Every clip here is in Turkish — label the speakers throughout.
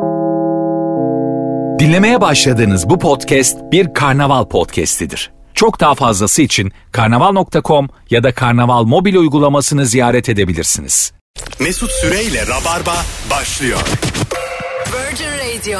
Speaker 1: Dinlemeye başladığınız bu podcast bir karnaval podcastidir. Çok daha fazlası için karnaval.com ya da karnaval mobil uygulamasını ziyaret edebilirsiniz.
Speaker 2: Mesut Süreyle Rabarba başlıyor.
Speaker 3: Virgin Radio.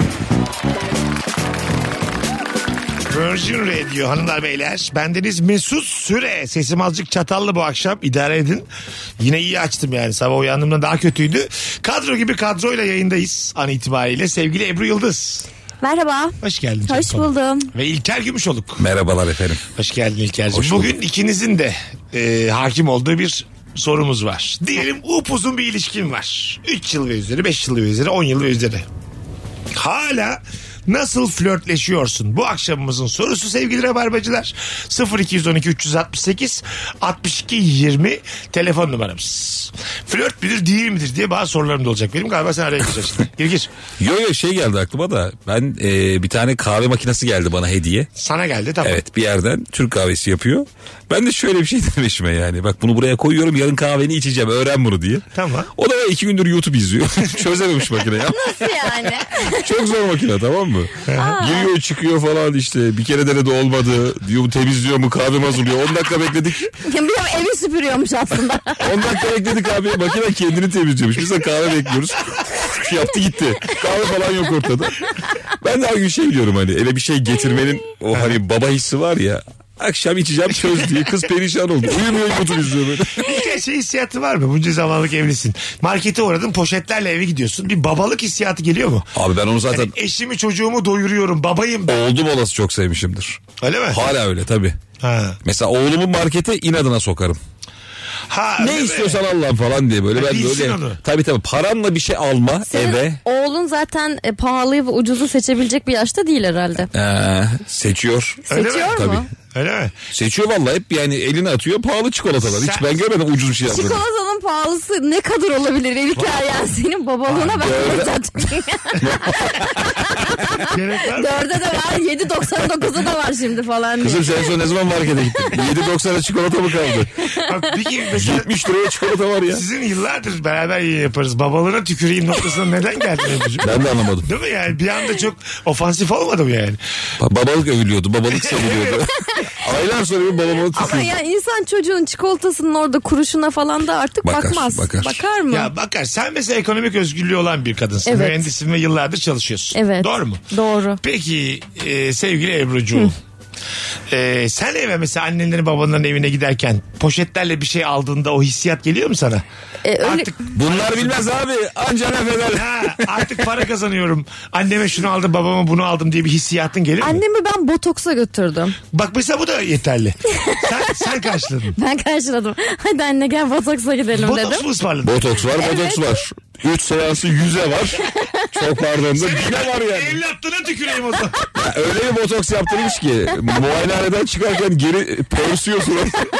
Speaker 4: Virgin Radio hanımlar beyler. Bendeniz Mesut Süre. Sesim azıcık çatallı bu akşam. İdare edin. Yine iyi açtım yani. Sabah uyandığımda daha kötüydü. Kadro gibi kadroyla yayındayız an itibariyle. Sevgili Ebru Yıldız.
Speaker 5: Merhaba.
Speaker 4: Hoş geldin.
Speaker 5: Hoş buldum.
Speaker 4: Ve İlker Gümüşoluk.
Speaker 6: Merhabalar efendim.
Speaker 4: Hoş geldin İlker'cim.
Speaker 6: Hoş
Speaker 4: Bugün
Speaker 6: bulduk.
Speaker 4: ikinizin de hakim olduğu bir sorumuz var. Diyelim upuzun bir ilişkin var. 3 yıl ve üzeri, 5 yıl ve üzeri, 10 yıl ve üzeri. Hala nasıl flörtleşiyorsun? Bu akşamımızın sorusu sevgili Rabarbacılar. 0212 368 62 20 telefon numaramız. Flört midir değil midir diye bazı sorularım da olacak benim. Galiba sen araya gireceksin. Gir.
Speaker 6: Yo şey geldi aklıma da ben bir tane kahve makinesi geldi bana hediye.
Speaker 4: Sana geldi tamam.
Speaker 6: Evet, bir yerden Türk kahvesi yapıyor. Ben de şöyle bir şey demişime yani. Bak bunu buraya koyuyorum, yarın kahveni içeceğim, öğren bunu diye.
Speaker 4: Tamam.
Speaker 6: O da 2 gündür YouTube izliyor. Çözememiş makine ya.
Speaker 5: Nasıl yani?
Speaker 6: Çok zor makine, tamam mı? Giriyor çıkıyor falan işte. Bir kere denedi olmadı. Diyor bu temizliyor mu, kahvemi hazırlıyor. 10 dakika bekledik.
Speaker 5: Biliyorum, evi süpürüyormuş aslında.
Speaker 6: 10 dakika bekledik abi. Makine kendini temizliyormuş. Biz de kahve bekliyoruz. Yaptı gitti. Kahve falan yok ortada. Ben de her gün şey diyorum, hani eve bir şey getirmenin o hani baba hissi var ya. Akşam içeceğim çöz diye kız perişan oldu. Uyumuyor, YouTube izliyor böyle.
Speaker 4: Bir şey hissiyatı var mı? Bunca zamanlık evlisin. Markete uğradın, poşetlerle eve gidiyorsun. Bir babalık hissiyatı geliyor mu?
Speaker 6: Abi ben onu zaten
Speaker 4: Yani eşimi çocuğumu doyuruyorum, babayım ben.
Speaker 6: oldum olası çok sevmişimdir.
Speaker 4: Öyle mi?
Speaker 6: Hala öyle tabii.
Speaker 4: Ha.
Speaker 6: Mesela oğlumu markete inadına sokarım.
Speaker 4: Ha,
Speaker 6: Ne istiyorsan al lan falan diye böyle. Ben
Speaker 4: bilsin
Speaker 6: böyle
Speaker 4: onu.
Speaker 6: tabii paranla bir şey alma eve.
Speaker 5: Oğlun zaten pahalıyı ve ucuzu seçebilecek bir yaşta değil herhalde.
Speaker 6: Seçiyor.
Speaker 4: Öyle mi?
Speaker 5: Seçiyor mu?
Speaker 6: Tabii.
Speaker 4: Öyle mi?
Speaker 6: Seçiyor vallahi, hep yani eline atıyor pahalı çikolatalar. Hiç ben görmedim ucuz bir şey yapmadım.
Speaker 5: Çikolatanın pahalısı ne kadar olabilir İlker, yani senin babalığına ben zaten.
Speaker 4: Gerek var mı?
Speaker 5: 4'e de var, 7.99'a da var şimdi falan diye.
Speaker 6: Kızım sen son ne zaman markete gittin? 7.90'a çikolata mı kaldı?
Speaker 4: Bak, peki mesela
Speaker 6: 70 liraya çikolata var ya.
Speaker 4: sizin yıllardır beraber yayın yaparız. Babalığına tüküreyim noktasına neden geldin Ebru'cum?
Speaker 6: Ben de anlamadım.
Speaker 4: Değil mi yani? Bir anda çok ofansif olmadı mı yani?
Speaker 6: Babalık övülüyordu, babalık seviliyordu. Aylar sonra bir babama
Speaker 5: Ama
Speaker 6: tutuyordu.
Speaker 5: yani insan çocuğun çikolatasının orada kuruşuna falan da artık bakmaz. Bakar mı?
Speaker 4: Ya bakar, sen mesela ekonomik özgürlüğü olan bir kadınsın.
Speaker 5: Evet.
Speaker 4: Mühendisin ve yıllardır çalışıyorsun.
Speaker 5: Evet.
Speaker 4: Doğru mu?
Speaker 5: Doğru.
Speaker 4: Peki sevgili Ebru'cuğum. Sen eve mesela annenlerin babanların evine giderken poşetlerle bir şey aldığında o hissiyat geliyor mu sana?
Speaker 5: Öyle...
Speaker 4: Artık
Speaker 6: Bunlar bilmez abi. Anca laf eder.
Speaker 4: artık para kazanıyorum. Anneme şunu aldım, babama bunu aldım diye bir hissiyatın gelir mi?
Speaker 5: Annemi ben botoksa götürdüm.
Speaker 4: Bak mesela bu da yeterli. sen karşıladın.
Speaker 5: Ben karşıladım. Hadi anne gel botoksa gidelim
Speaker 4: Botoks
Speaker 5: dedim.
Speaker 4: mu ısmarladın?
Speaker 6: Botoks var, botoks var. 3 seansı 100'e var. Çok pardon da bile var yani.
Speaker 4: Evlatlığına tüküreyim o zaman.
Speaker 6: Ya öyle bir botoks yaptırmış ki muayenehaneden çıkarken geri pörsüyorsun.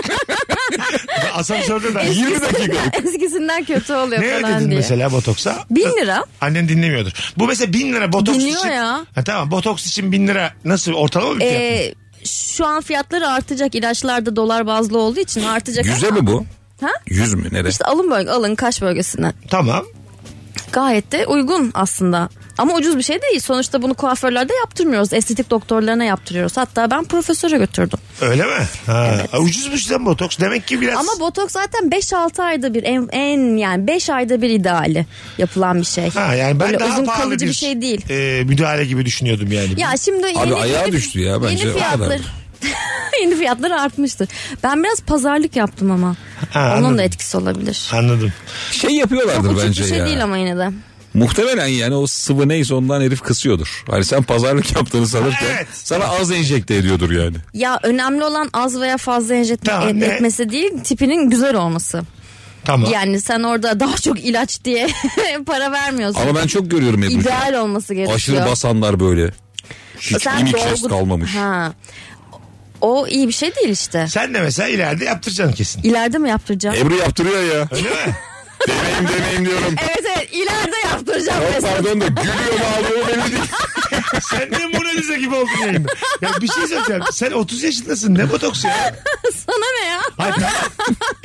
Speaker 4: Asansörde de.
Speaker 6: 20 dakikalık.
Speaker 5: Eskisinden kötü oluyor
Speaker 4: Ne
Speaker 5: falan
Speaker 4: ödedin
Speaker 5: diye.
Speaker 4: mesela botoksa?
Speaker 5: 1000 lira.
Speaker 4: Annen dinlemiyordur. Bu mesela 1000 lira botoks
Speaker 5: Dinliyor
Speaker 4: için.
Speaker 5: ya.
Speaker 4: Ha, tamam, botoks için 1000 lira nasıl, ortalama bir fiyat mı?
Speaker 5: Şu an fiyatları artacak. İlaçlar da dolar bazlı olduğu için artacak.
Speaker 6: 100'e
Speaker 5: ama-
Speaker 6: mi bu?
Speaker 5: Ha?
Speaker 6: 100 mü? Nereye?
Speaker 5: İşte alın kaş bölgesinden.
Speaker 4: Tamam.
Speaker 5: Gayet de uygun aslında. Ama ucuz bir şey değil. Sonuçta bunu kuaförlerde yaptırmıyoruz. Estetik doktorlarına yaptırıyoruz. Hatta ben profesöre götürdüm.
Speaker 4: Öyle mi? Ha. Ucuzmuş lan botoks. Demek ki biraz.
Speaker 5: Ama botoks zaten 5-6 ayda bir en yani 5 ayda bir ideali yapılan bir şey.
Speaker 4: Ha, yani ben
Speaker 5: Böyle
Speaker 4: daha
Speaker 5: uzun
Speaker 4: pahalı
Speaker 5: kalıcı bir şey değil.
Speaker 4: müdahale gibi düşünüyordum yani.
Speaker 5: Ya şimdi
Speaker 6: Abi ayağı düştü ya bence.
Speaker 5: Yeni
Speaker 6: O kadar.
Speaker 5: fiyatlar. Yeni fiyatları artmıştır. Ben biraz pazarlık yaptım ama.
Speaker 4: Ha,
Speaker 5: Onun
Speaker 4: anladım.
Speaker 5: da etkisi olabilir.
Speaker 4: Anladım.
Speaker 6: Şey yapıyorlardır
Speaker 5: Çok uçuk
Speaker 6: bence
Speaker 5: bir şey
Speaker 6: ya.
Speaker 5: değil ama yine de.
Speaker 6: Muhtemelen yani o sıvı neyse ondan herif kısıyordur. Hani sen pazarlık yaptığını sanırken
Speaker 4: Evet.
Speaker 6: sana az enjekte ediyordur yani.
Speaker 5: Ya önemli olan az veya fazla
Speaker 4: Tamam, ne?
Speaker 5: etmesi değil, tipinin güzel olması.
Speaker 4: Tamam.
Speaker 5: Yani sen orada daha çok ilaç diye para vermiyorsun.
Speaker 6: Ama ben çok görüyorum Ebru'cum.
Speaker 5: İdeal olması gerekiyor.
Speaker 6: Aşırı basanlar böyle. Hiç
Speaker 5: Sen
Speaker 6: inik ses
Speaker 5: dolgu-
Speaker 6: kalmamış.
Speaker 5: Ha. O iyi bir şey değil işte.
Speaker 4: Sen de mesela ileride yaptıracaksın kesin.
Speaker 5: İleride mi yaptıracağım?
Speaker 6: Ebru yaptırıyor ya.
Speaker 4: Öyle mi?
Speaker 6: Deneyim diyorum.
Speaker 5: Evet ileride yaptıracağım.
Speaker 6: Yok
Speaker 5: mesela.
Speaker 6: pardon da gülüyor mu ağlıyor mu belli değil.
Speaker 4: Sen de Mona Lisa gibi oldun yayında. Ya bir şey söyleyeceğim. Sen 30 yaşındasın. Ne botoks ya?
Speaker 5: Sana ne ya?
Speaker 4: Hayır, tamam.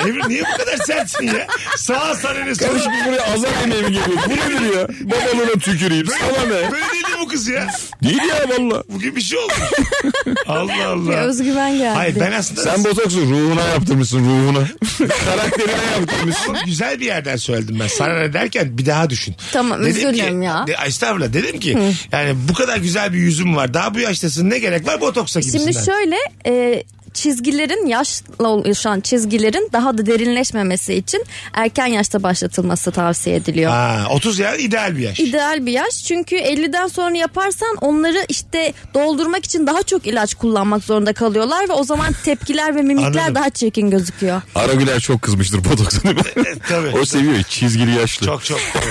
Speaker 4: Emir niye bu kadar sertsin ya? Sağa sana ne sola.
Speaker 6: Karışık buraya azar yemeğe mi geliyor? Bu nedir ya? Babalığına tüküreyim. Sana ne?
Speaker 4: Böyle değil bu kız ya.
Speaker 6: Değil ya valla.
Speaker 4: Bugün bir şey oldu. Allah
Speaker 5: Bir
Speaker 4: Allah.
Speaker 5: özgüven geldi.
Speaker 4: Hayır ben aslında...
Speaker 6: Sen botoksu ruhuna yaptırmışsın ruhuna. Karakterine yaptırmışsın.
Speaker 4: Ama güzel bir yerden söyledim ben. Sana ne derken bir daha düşün.
Speaker 5: Tamam, özür dilerim ya.
Speaker 4: Estağfurullah. Dedim ki yani bu kadar güzel bir yüzüm var. Daha bu yaştasın, ne gerek var botoksa gibisinden.
Speaker 5: Şimdi şöyle çizgilerin, yaşla oluşan çizgilerin daha da derinleşmemesi için erken yaşta başlatılması tavsiye ediliyor.
Speaker 4: 30 yaş ideal bir yaş.
Speaker 5: İdeal bir yaş, çünkü 50'den sonra yaparsan onları işte doldurmak için daha çok ilaç kullanmak zorunda kalıyorlar ve o zaman tepkiler ve mimikler
Speaker 4: Anladım.
Speaker 5: daha çirkin gözüküyor.
Speaker 6: Aragüler çok kızmıştır botoksa değil mi?
Speaker 4: Tabii.
Speaker 6: O seviyor çizgili yaşlı.
Speaker 4: Çok.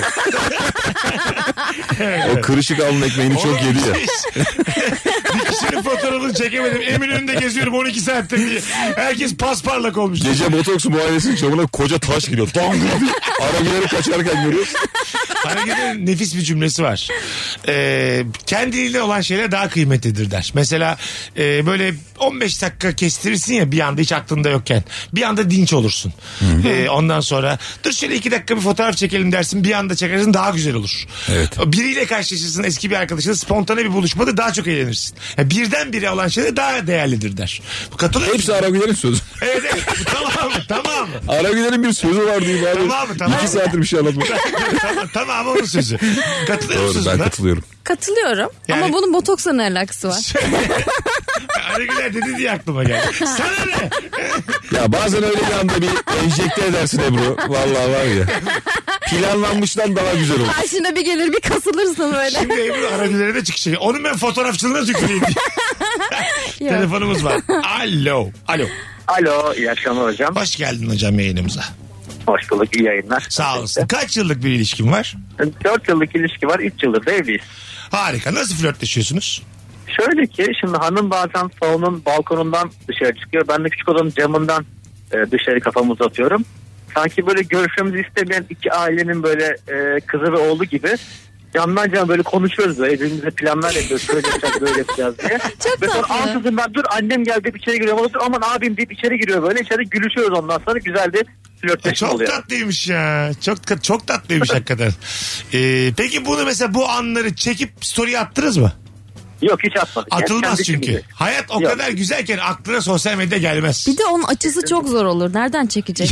Speaker 6: O kırışık alın ekmeğini çok yedi ya.
Speaker 4: Bir kişinin fotoğrafını çekemedim. Eminönü'nde geziyorum 12 saattir diye. Herkes pasparlak olmuş.
Speaker 6: Gece botoksu muayenesinin camına koca taş giriyor. Aragüleri kaçarken görüyoruz.
Speaker 4: Aragüler'in nefis bir cümlesi var. Kendiyle olan şeyler daha kıymetlidir der. Mesela böyle 15 dakika kestirirsin ya bir anda hiç aklında yokken. Bir anda dinç olursun. Ondan sonra dur şöyle 2 dakika bir fotoğraf çekelim dersin. Bir anda çekersin daha güzel olur.
Speaker 6: Evet.
Speaker 4: Biriyle karşılaşırsın, eski bir arkadaşınla spontane bir buluşmada daha çok eğlenirsin. Yani birdenbire olan şeyler daha değerlidir der. Katılıyor musun?
Speaker 6: Hepsi Aragüler'in sözü.
Speaker 4: Evet. Tamam mı?
Speaker 6: Aragüler'in bir sözü var diyeyim abi.
Speaker 4: Tamam.
Speaker 6: 2 saattir bir şey anlatmak.
Speaker 4: tamam onun sözü. Katılıyor
Speaker 6: Doğru
Speaker 4: musunuz
Speaker 6: ben
Speaker 4: buna?
Speaker 6: katılıyorum.
Speaker 5: Katılıyorum
Speaker 4: Yani-
Speaker 5: ama bunun botoksla ne alakası var?
Speaker 4: Aragüler dedi diye aklıma geldi. Sana ne?
Speaker 6: Ya bazen öyle bir anda bir enjekte edersin Ebru. Vallahi var ya. Planlanmıştan daha güzel olur.
Speaker 5: Karşına bir gelir bir kasılırsın böyle.
Speaker 4: Şimdi Ebru Aragüler'e de çıkacak. Onun ben fotoğrafçılığına tüküreyim diye.
Speaker 5: Yok.
Speaker 4: Telefonumuz var. Alo.
Speaker 7: Alo, iyi akşamlar hocam.
Speaker 4: Hoş geldin hocam yayınımıza.
Speaker 7: Hoş bulduk, iyi yayınlar.
Speaker 4: Sağ olasın. Kaç yıllık bir ilişkin var?
Speaker 7: 4 yıllık ilişki var, 3 yıldır da evliyiz.
Speaker 4: Harika. Nasıl flörtleşiyorsunuz?
Speaker 7: Şöyle ki şimdi hanım bazen salonun balkonundan dışarı çıkıyor. Ben de küçük odanın camından dışarı kafamı uzatıyorum. Sanki böyle görüşmemizi istemeyen iki ailenin böyle kızı ve oğlu gibi camdan cama böyle konuşuyoruz böyle. Birbirimize planlar yapıyoruz. Şöyle yapacağız, böyle yapacağız diye.
Speaker 5: Çok
Speaker 7: Ve sonra
Speaker 5: tatlı.
Speaker 7: ansızın ben dur annem geldi deyip içeri giriyor. O da dur aman abim deyip içeri giriyor böyle. İçeri gülüşüyoruz ondan sonra güzel bir flörtleşme
Speaker 4: Çok
Speaker 7: oluyor.
Speaker 4: tatlıymış ya. Çok tatlıymış hakikaten. Peki bunu mesela bu anları çekip story attınız mı?
Speaker 7: Yok hiç atmadık. Yani
Speaker 4: Atılmaz
Speaker 7: kendi
Speaker 4: çünkü.
Speaker 7: içimizde.
Speaker 4: Hayat o
Speaker 7: Yok.
Speaker 4: kadar güzelken aklına sosyal medya gelmez.
Speaker 5: Bir de onun açısı çok zor olur. Nereden çekecek?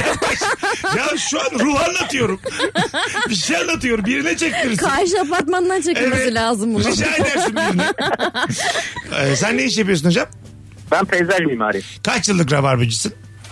Speaker 4: Ya şu an ruh anlatıyorum. Bir şey anlatıyorum. Birine çektirirsin.
Speaker 5: Karşı apartmandan çekilmesi lazım bunu.
Speaker 4: Rica edersin birine. Sen ne iş yapıyorsun hocam?
Speaker 7: Ben peyzaj mimariyim.
Speaker 4: Kaç yıllık rabarbacısın?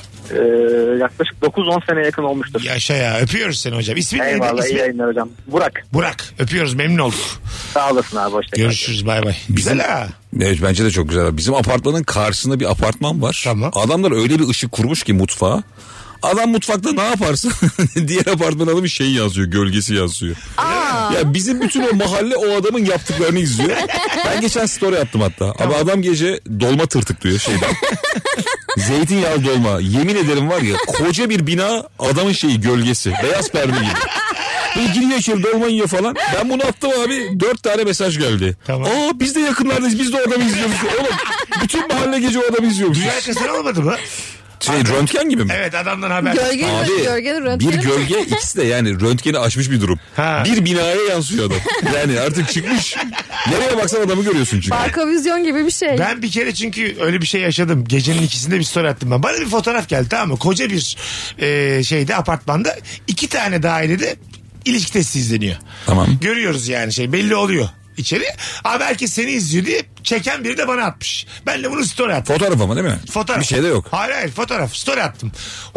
Speaker 7: Yaklaşık 9-10 sene yakın olmuştur.
Speaker 4: Yaşa ya. Öpüyoruz seni hocam. İsmin neydi?
Speaker 7: Eyvallah iyi
Speaker 4: İsmin?
Speaker 7: yayınlar hocam. Burak
Speaker 4: Burak. Öpüyoruz. Memnun olduk.
Speaker 7: sağ olasın abi hoşçakal.
Speaker 4: Görüşürüz. Bay bay. Güzel ha.
Speaker 6: Evet bence de çok güzel. Bizim apartmanın karşısında bir apartman var.
Speaker 4: Tamam.
Speaker 6: Adamlar öyle bir ışık kurmuş ki mutfağa. Adam mutfakta ne yaparsa diğer apartman adamın şeyi yazıyor, gölgesi yazıyor. Ya bizim bütün o mahalle o adamın yaptıklarını izliyor. Ben geçen story attım hatta. Abi adam gece dolma tırtıklıyor şeyden. Zeytinyağlı dolma. Yemin ederim var ya koca bir bina adamın şeyi gölgesi. Beyaz perde gibi. Böyle giriyor içeri dolma yiyor falan. Ben bunu attım abi 4 tane mesaj geldi.
Speaker 4: Tamam.
Speaker 6: Aa biz de yakınlardayız biz de o adamı izliyoruz. Oğlum bütün mahalle gece o adamı izliyormuş.
Speaker 4: Dünya kesen olmadı mı?
Speaker 6: Röntgen gibi mi?
Speaker 4: Evet adamdan haber.
Speaker 5: Gölgenin
Speaker 6: Abi
Speaker 5: röntgeni
Speaker 6: bir gölge ikisi de yani röntgeni aşmış bir durum.
Speaker 4: Ha.
Speaker 6: Bir binaya yansıyor adam. Yani artık çıkmış. Nereye baksan adamı görüyorsun çünkü.
Speaker 5: Arka vizyon gibi bir şey.
Speaker 4: Ben bir kere çünkü öyle bir şey yaşadım. Gecenin ikisinde bir story attım ben. Bana bir fotoğraf geldi tamam mı? Koca bir şeyde apartmanda 2 tane dairede ilişki testi izleniyor.
Speaker 6: Tamam.
Speaker 4: Görüyoruz yani şey belli oluyor içeri. Abi herkes seni izliyor diye çeken biri de bana atmış. Ben de bunu story attım.
Speaker 6: Fotoğraf ama değil mi?
Speaker 4: Fotoğraf.
Speaker 6: Bir şey de yok.
Speaker 4: Hayır fotoğraf. Story attım.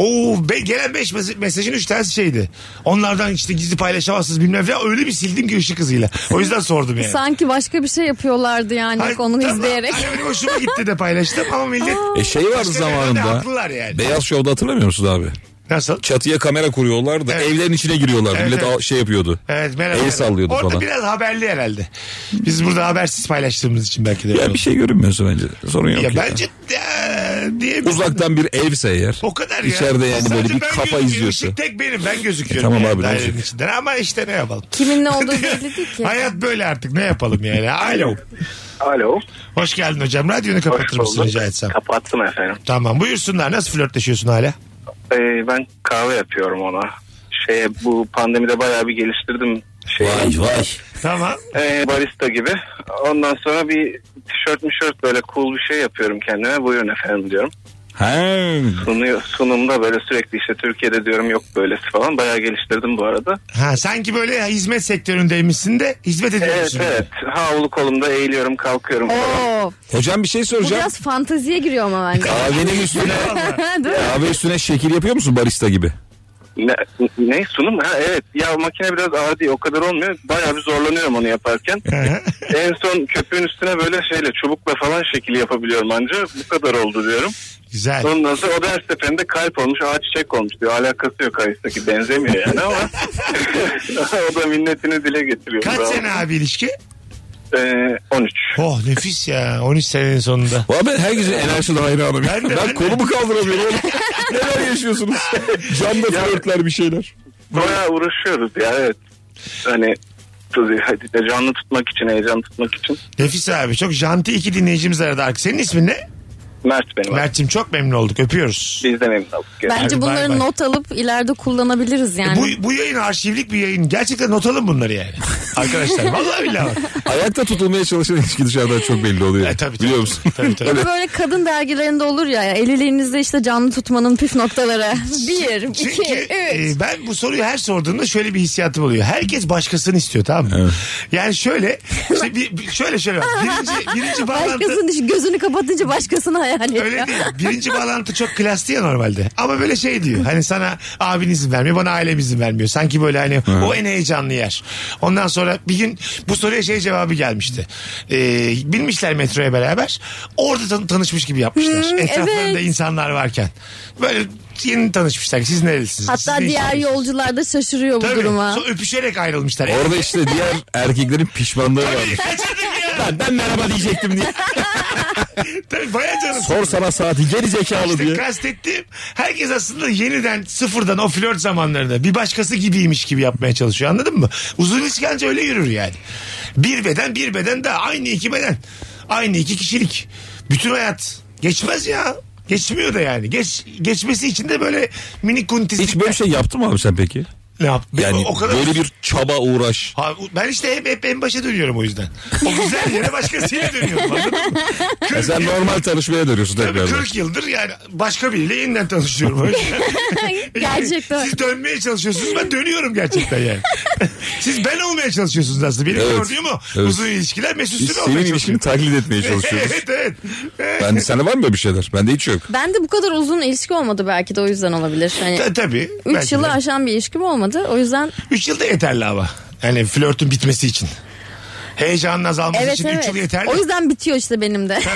Speaker 4: Gelen 5 mesajın 3 tanesi şeydi. Onlardan işte gizli paylaşamazsınız bilmem ne. Öyle bir sildim ki ışık hızıyla. O yüzden sordum yani.
Speaker 5: Sanki başka bir şey yapıyorlardı yani
Speaker 4: Hayır,
Speaker 5: onu
Speaker 4: tamam.
Speaker 5: izleyerek.
Speaker 4: Hani benim hoşuma gitti de paylaştım ama millet...
Speaker 6: Şey vardı
Speaker 4: Başka yerlerde
Speaker 6: zamanında.
Speaker 4: haklılar yani.
Speaker 6: Beyaz Show'da hatırlamıyor musun abi?
Speaker 4: Nasıl?
Speaker 6: Çatıya kamera kuruyorlar da
Speaker 4: Evet.
Speaker 6: evlerin içine giriyorlardı.
Speaker 4: Evet,
Speaker 6: Millet
Speaker 4: evet.
Speaker 6: şey yapıyordu.
Speaker 4: Evet merhaba.
Speaker 6: El sallıyordu
Speaker 4: Orada
Speaker 6: falan.
Speaker 4: biraz haberli herhalde. Biz burada habersiz paylaştığımız için belki de.
Speaker 6: Ya bir şey görünmüyorsa bence. Sorun yok
Speaker 4: Ya
Speaker 6: ya.
Speaker 4: bence diye
Speaker 6: Uzaktan bir evse eğer.
Speaker 4: o kadar ya.
Speaker 6: İçeride yani
Speaker 4: Sadece
Speaker 6: böyle bir
Speaker 4: ben
Speaker 6: kafa
Speaker 4: gözüküyorum.
Speaker 6: izliyorsa.
Speaker 4: Işık tek benim ben gözüküyorum.
Speaker 6: Tamam
Speaker 4: yani
Speaker 6: abi, ne
Speaker 4: dairenin
Speaker 6: olacak?
Speaker 4: içinden. Ama işte ne yapalım.
Speaker 5: Kimin ne olduğu belli değil ki.
Speaker 4: Hayat böyle artık ne yapalım yani. Alo.
Speaker 7: Alo.
Speaker 4: Hoş geldin hocam. Radyonu kapatır mısın rica etsem?
Speaker 7: Kapattım efendim.
Speaker 4: Tamam buyursunlar. Nasıl flörtleşiyorsun hala?
Speaker 8: Ben kahve yapıyorum ona. Bu pandemide bayağı bir geliştirdim.
Speaker 6: Vay.
Speaker 4: Tamam.
Speaker 8: Barista gibi. Ondan sonra bir tişört böyle cool bir şey yapıyorum kendime. Buyurun efendim diyorum. Sunumda böyle sürekli işte Türkiye'de diyorum yok böylesi falan. Bayağı geliştirdim bu arada.
Speaker 4: Sanki böyle hizmet sektöründeymişsin de hizmet ediyorsun.
Speaker 8: Evet. Havlu kolumda eğiliyorum kalkıyorum falan.
Speaker 6: Hocam bir şey
Speaker 5: Bu
Speaker 6: soracağım.
Speaker 5: biraz fanteziye giriyor ama bence.
Speaker 6: Kahvenin üstüne
Speaker 5: Değil mi?
Speaker 6: kahve üstüne şekil yapıyor musun barista gibi?
Speaker 8: Ne sunum? Evet. Ya makine biraz ağır değil. O kadar olmuyor. Bayağı bir zorlanıyorum onu yaparken. En son köpüğün üstüne böyle çubukla falan şekil yapabiliyorum anca. Bu kadar oldu diyorum.
Speaker 4: Güzel.
Speaker 8: Ondan sonra o da her seferinde kalp olmuş, ağaç çiçek olmuş diyor. Alakası yok arasındaki, benzemiyor yani ama o da minnetini dile getiriyor.
Speaker 4: Kaç sene abi ilişki?
Speaker 8: 13.
Speaker 4: Oh nefis ya, 13 senenin sonunda.
Speaker 6: Valla ben herkesin enerjisine hayranım.
Speaker 4: Ben de.
Speaker 6: Kolumu kaldıramıyorum oğlum. Neler yaşıyorsunuz? Camda flörtler bir şeyler.
Speaker 8: Bayağı uğraşıyoruz ya, evet. Hani canlı tutmak için, heyecan tutmak için.
Speaker 4: Nefis abi, çok janti iki dinleyicimiz aradı. Senin ismin ne?
Speaker 8: Mert benim.
Speaker 4: Mert'cim çok memnun olduk, öpüyoruz.
Speaker 8: Biz de memnun olduk.
Speaker 5: Bence
Speaker 4: Hadi
Speaker 5: bunları
Speaker 4: bay bay.
Speaker 5: not alıp ileride kullanabiliriz yani.
Speaker 4: Bu yayın arşivlik bir yayın. Gerçekten not alın bunları yani. Arkadaşlar vallahi billahi bak.
Speaker 6: Ayakta tutulmaya çalışan ilişki dışarıdan çok belli oluyor.
Speaker 4: Tabii.
Speaker 6: Biliyor musun?
Speaker 4: Tabii.
Speaker 5: Bu böyle kadın dergilerinde olur ya, evliliğinizde işte canlı tutmanın püf noktaları. 1, 2, 3.
Speaker 4: Çünkü ben bu soruyu her sorduğumda şöyle bir hissiyatım oluyor. Herkes başkasını istiyor, tamam mı? Evet. Yani şöyle şöyle bak. Birinci bağlantı.
Speaker 5: Başkasının gözünü kapatınca başkasını hayal ediyor.
Speaker 4: Öyle değil. Birinci bağlantı çok klasik ya normalde. Ama böyle şey diyor. Hani sana abin izin vermiyor, bana ailem izin vermiyor. Sanki böyle hani o en heyecanlı yer. Ondan sonra bir gün bu soruya cevabı gelmişti. Binmişler metroya beraber. Orada tanışmış gibi yapmışlar. Etraflarında insanlar varken. Böyle yeni tanışmışlar. Siz nerelisiniz?
Speaker 5: Hatta diğer yolcular da şaşırıyor bu duruma.
Speaker 4: Sonra öpüşerek ayrılmışlar.
Speaker 6: Orada işte diğer erkeklerin pişmanlığı varmış. Ben merhaba diyecektim diye.
Speaker 4: Tabii bayağı canım.
Speaker 6: Sor sana saati, geri zekalı diye.
Speaker 4: Kastettiğim, herkes aslında yeniden sıfırdan o flört zamanlarında bir başkası gibiymiş gibi yapmaya çalışıyor, anladın mı? Uzun ilişki anca öyle yürür yani. Bir beden daha, aynı iki beden. Aynı iki kişilik. Bütün hayat geçmez ya. Geçmiyor da yani. Geçmesi için de böyle minik kuntislik.
Speaker 6: Hiç böyle bir şey yaptın mı abi sen peki?
Speaker 4: Ne yaptın?
Speaker 6: Yani
Speaker 4: o kadar
Speaker 6: böyle bir çaba, uğraş.
Speaker 4: Ben işte hep en başa dönüyorum o yüzden. O güzel yere başkasıyla dönüyorum, anladın mı?
Speaker 6: Sen normal tanışmaya dönüyorsun tekrar.
Speaker 4: 40 yıldır yani başka biriyle yeniden tanışıyorum.
Speaker 5: Gerçekten.
Speaker 4: Siz dönmeye çalışıyorsunuz, ben dönüyorum gerçekten yani. Siz ben olmaya çalışıyorsunuz aslında. Benim gördüğüm o. Evet. Uzun ilişkiler Mesut Süre olmaya
Speaker 6: senin
Speaker 4: çalışıyor.
Speaker 6: ilişkini taklit etmeye çalışıyoruz.
Speaker 4: Evet.
Speaker 6: Sende var mı böyle bir şeyler? Bende hiç yok.
Speaker 5: Bende bu kadar uzun ilişki olmadı, belki de o yüzden olabilir. Hani
Speaker 4: Tabii.
Speaker 5: 3 yılı aşan bir ilişkim olmadı. O yüzden
Speaker 4: 3 yılda yeterli ama. Yani flörtün bitmesi için. Heyecanın azalması için 3 yıl yeterli.
Speaker 5: O yüzden bitiyor işte benim de.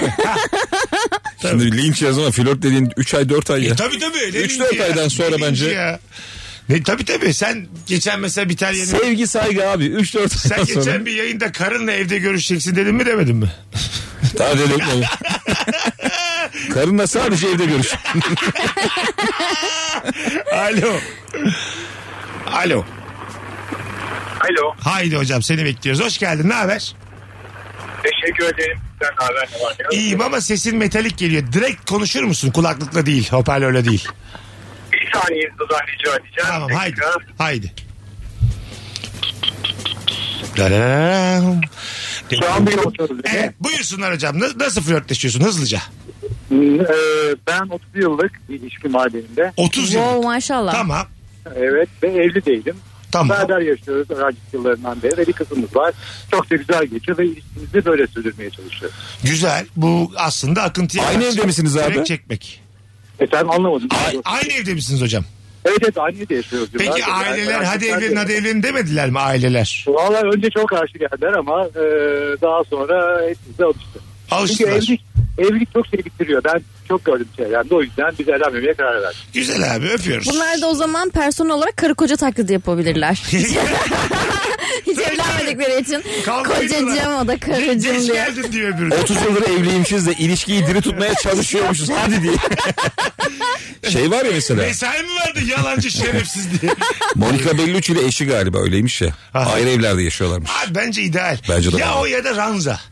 Speaker 6: Şimdi linç yaz ama flört dediğin 3 ay 4 ay ya.
Speaker 4: Tabii.
Speaker 6: 3-4 aydan sonra bence.
Speaker 4: Ya. Tabii. Sen geçen mesela bir tane
Speaker 6: sevgi saygı abi 3-4 aydan
Speaker 4: sonra. Sen geçen bir yayında karınla evde görüşeceksin dedin mi demedin mi?
Speaker 6: Daha dedim mi? Karınla sadece evde görüş.
Speaker 4: Alo. Haydi hocam, seni bekliyoruz. Hoş geldin. Ne haber?
Speaker 9: Teşekkür ederim. Sen haber ne var?
Speaker 4: İyiyim ama sesin metalik geliyor. Direkt konuşur musun? Kulaklıkla değil, hoparlörle değil.
Speaker 9: Bir saniye rica edeceğim.
Speaker 4: Tamam, haydi.
Speaker 9: Şu an bir oturuyoruz.
Speaker 4: Evet, buyursunlar hocam. Nasıl flörtleşiyorsun hızlıca?
Speaker 9: Ben 30 yıllık ilişkim var benim de.
Speaker 4: 30 yıllık.
Speaker 5: Wow, maşallah.
Speaker 4: Tamam.
Speaker 9: Evet, ve evli değilim.
Speaker 4: Tamam.
Speaker 9: Beraber yaşıyoruz öğrencilik yıllarından beri ve bir kızımız var. Çok da güzel geçiyor ve ilişkimizi böyle sürdürmeye çalışıyoruz.
Speaker 4: Güzel. Bu aslında akıntıya...
Speaker 6: Aynı evde misiniz abi?
Speaker 4: Çekmek.
Speaker 9: Efendim, anlamadım.
Speaker 4: Aynı evde misiniz hocam?
Speaker 9: Evet, aynı evde yaşıyoruz.
Speaker 4: Peki aileler hadi evlenin demediler mi aileler?
Speaker 9: Valla önce çok karşı geldiler ama daha sonra hepsi de alıştı.
Speaker 4: Alıştılar.
Speaker 9: Çünkü evlilik çok şey bitiriyor. Ben çok gördüm çevremde, o yüzden biz evlenmemeye karar verdik.
Speaker 4: Güzel abi, öpüyoruz.
Speaker 5: Bunlar da o zaman personel olarak karı koca taklidi yapabilirler. Hiç evlenmedikleri için. Kocacığım, o da karıcığım
Speaker 4: diye.
Speaker 5: diye.
Speaker 4: Geldin diyor öbürü.
Speaker 6: 30 yıldır evliymişiz de ilişkiyi diri tutmaya çalışıyormuşuz. Hadi diye. Şey var ya mesela.
Speaker 4: Mesai mi vardı yalancı şerefsiz diye.
Speaker 6: Monica Bellucci ile eşi galiba öyleymiş ya. Ayrı evlerde yaşıyorlarmış.
Speaker 4: Abi bence ideal.
Speaker 6: Bence de
Speaker 4: ya
Speaker 6: var.
Speaker 4: o ya da ranza.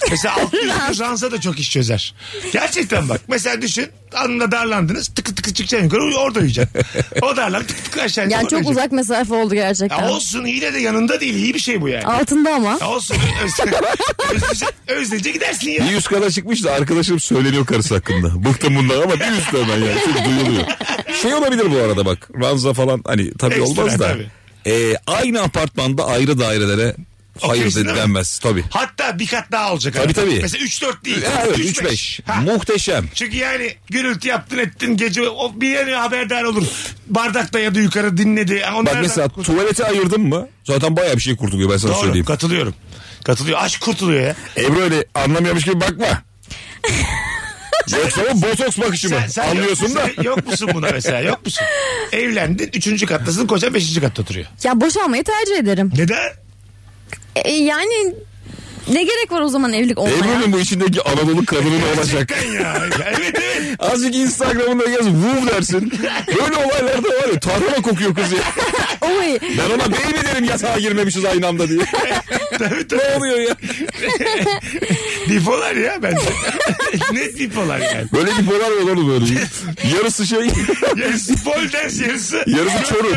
Speaker 4: Mesela 600 ranza da çok iş çözer. Gerçekten bak. Mesela düşün anında darlandınız tıkı tıkı çıkacaksın yukarı orada uyuyacaksın. O darlan tıkı tıkı aşağı.
Speaker 5: Yani çok uzak mesafe oldu gerçekten.
Speaker 4: Ya olsun yine de yanında değil iyi bir şey bu yani.
Speaker 5: Altında ama.
Speaker 4: Ya olsun özleyince gidersin ya.
Speaker 6: Bir üst kata çıkmış da arkadaşım söyleniyor karısı hakkında. Bıktım bundan ama bir üst hemen yani. Çok duyuluyor. Şey olabilir bu arada bak. Ranza falan hani tabii
Speaker 4: Ekstra,
Speaker 6: olmaz da.
Speaker 4: tabii.
Speaker 6: Aynı apartmanda ayrı dairelere hayır
Speaker 4: Okeysin değil mi?
Speaker 6: denmez tabii.
Speaker 4: Hatta bir kat daha olacak.
Speaker 6: Tabii, tabii.
Speaker 4: Mesela 3-4 değil.
Speaker 6: Evet
Speaker 4: 3-5.
Speaker 6: 3-5. Muhteşem.
Speaker 4: Çünkü yani gürültü yaptın ettin gece o bir yere haberdar olur. Bardakta ya da yukarı dinledi.
Speaker 6: Bak mesela tuvaleti ayırdın mı zaten bayağı bir şey kurtuluyor ben sana
Speaker 4: Doğru,
Speaker 6: söyleyeyim.
Speaker 4: katılıyorum. Katılıyor. Aşk kurtuluyor ya.
Speaker 6: Ebru öyle anlamıyormuş gibi bakma. Yoksa o botoks bakışı mı?
Speaker 4: Sen
Speaker 6: Anlıyorsun da.
Speaker 4: Yok musun buna mesela? Yok musun? Evlendin 3. kattasın kocan 5. katta oturuyor.
Speaker 5: Ya boşanmayı tercih ederim.
Speaker 4: Neden?
Speaker 5: Yani ne gerek var o zaman evlilik olmaya?
Speaker 6: Ebru'nun bu içindeki Anadolu kadının olacak.
Speaker 4: Gerçekten ya. Evet.
Speaker 6: Azıcık Instagram'ında yaz vuv dersin. Böyle olaylarda var ya tarhana kokuyor kız ya.
Speaker 5: Oy.
Speaker 6: Ben ona baby derim yatağa girmemişiz aynı anda diye.
Speaker 4: Tabii.
Speaker 6: Ne oluyor ya?
Speaker 4: Bipolar ya bence. Net bipolar yani.
Speaker 6: Böyle bipolar yol olur böyle. Yarısı şey.
Speaker 4: Yarısı pole dance yarısı.
Speaker 6: Yarısı Çorum.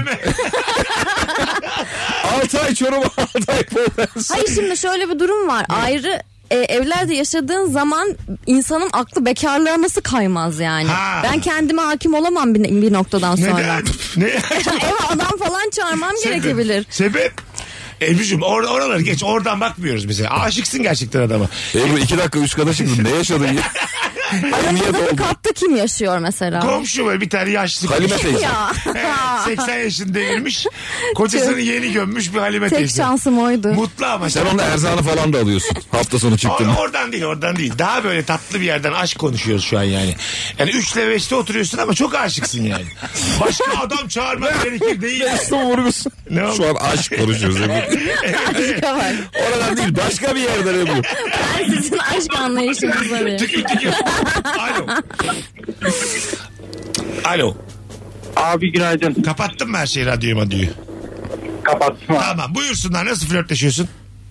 Speaker 6: 6 ay Çorum 6 ay pole dance.
Speaker 5: Hayır şimdi şöyle bir durum var. Ayrı evlerde yaşadığın zaman insanın aklı bekarlığa nasıl kaymaz yani.
Speaker 4: Ha.
Speaker 5: Ben kendime hakim olamam bir noktadan sonra.
Speaker 4: Neden? Ne?
Speaker 5: Eve adam falan çağırmam gerekebilir.
Speaker 4: Sebep? Ebru'cum oraları geç oradan bakmıyoruz mesela. Aşıksın gerçekten adama.
Speaker 6: Ebru 2 dakika üst kata çıktın ne yaşadın ya?
Speaker 5: Aramızda katta kim yaşıyor mesela?
Speaker 4: Komşu böyle bir tane yaşlı.
Speaker 6: Halime teyze.
Speaker 5: Ya.
Speaker 4: Evet, 80 yaşını devirmiş. Kocasını yeni gömmüş bir Halime
Speaker 5: Tek
Speaker 4: teyze.
Speaker 5: şansım oydu.
Speaker 4: Mutlu ama.
Speaker 6: Sen onun erzağını falan da alıyorsun. Hafta sonu çıktın.
Speaker 4: Oradan değil. Daha böyle tatlı bir yerden aşk konuşuyoruz şu an yani. Yani 3 ile 5'te oturuyorsun ama çok aşıksın yani. Başka adam çağırmak gerekir değil.
Speaker 6: Mesut vurgusun.
Speaker 4: Ne oldu?
Speaker 6: Şu an aşk konuşuyoruz Ebru. Oradan değil başka bir yerden Ebru.
Speaker 5: Ben sizin aşk anlayışınız arıyorum.
Speaker 4: Tükür. Alo. Alo.
Speaker 9: Abi günaydın.
Speaker 4: Kapattın mı her şeyi radyoyu?
Speaker 9: Kapattım abi.
Speaker 4: Tamam buyursunlar nasıl flörtleşiyorsun?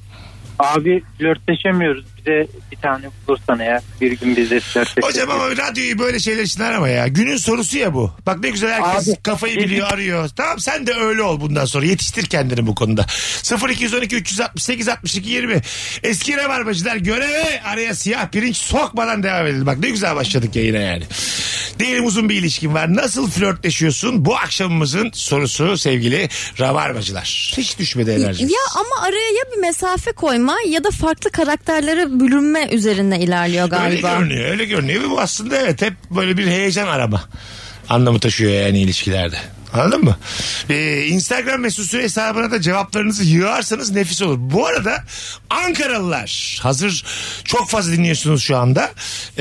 Speaker 9: Abi flörtleşemiyoruz. Bize bir tane bulursan eğer bir gün biz de flörtleşelim.
Speaker 4: Hocam ama radyoyu böyle şeyler için arama ya. Günün sorusu ya bu. Bak ne güzel herkes
Speaker 9: Abi,
Speaker 4: kafayı biliyor arıyor. Tamam sen de öyle ol bundan sonra. Yetiştir kendini bu konuda. 0212 368 62 20. Eski rabarbacılar göreve araya siyah pirinç sokmadan devam edelim. Bak ne güzel başladık yayına yani. Diyelim uzun bir ilişkin var. Nasıl flörtleşiyorsun? Bu akşamımızın sorusu sevgili rabarbacılar. Hiç düşmedi enerjimiz.
Speaker 5: Ya ama araya ya bir mesafe koyma ya da farklı karakterlere bürünme üzerine ilerliyor galiba.
Speaker 4: Öyle görünüyor. Ve bu aslında evet hep böyle bir heyecan arama anlamı taşıyor yani ilişkilerde. Anladın mı? Instagram mesut süre hesabına da cevaplarınızı yığarsanız nefis olur. Bu arada Ankaralılar hazır çok fazla dinliyorsunuz şu anda.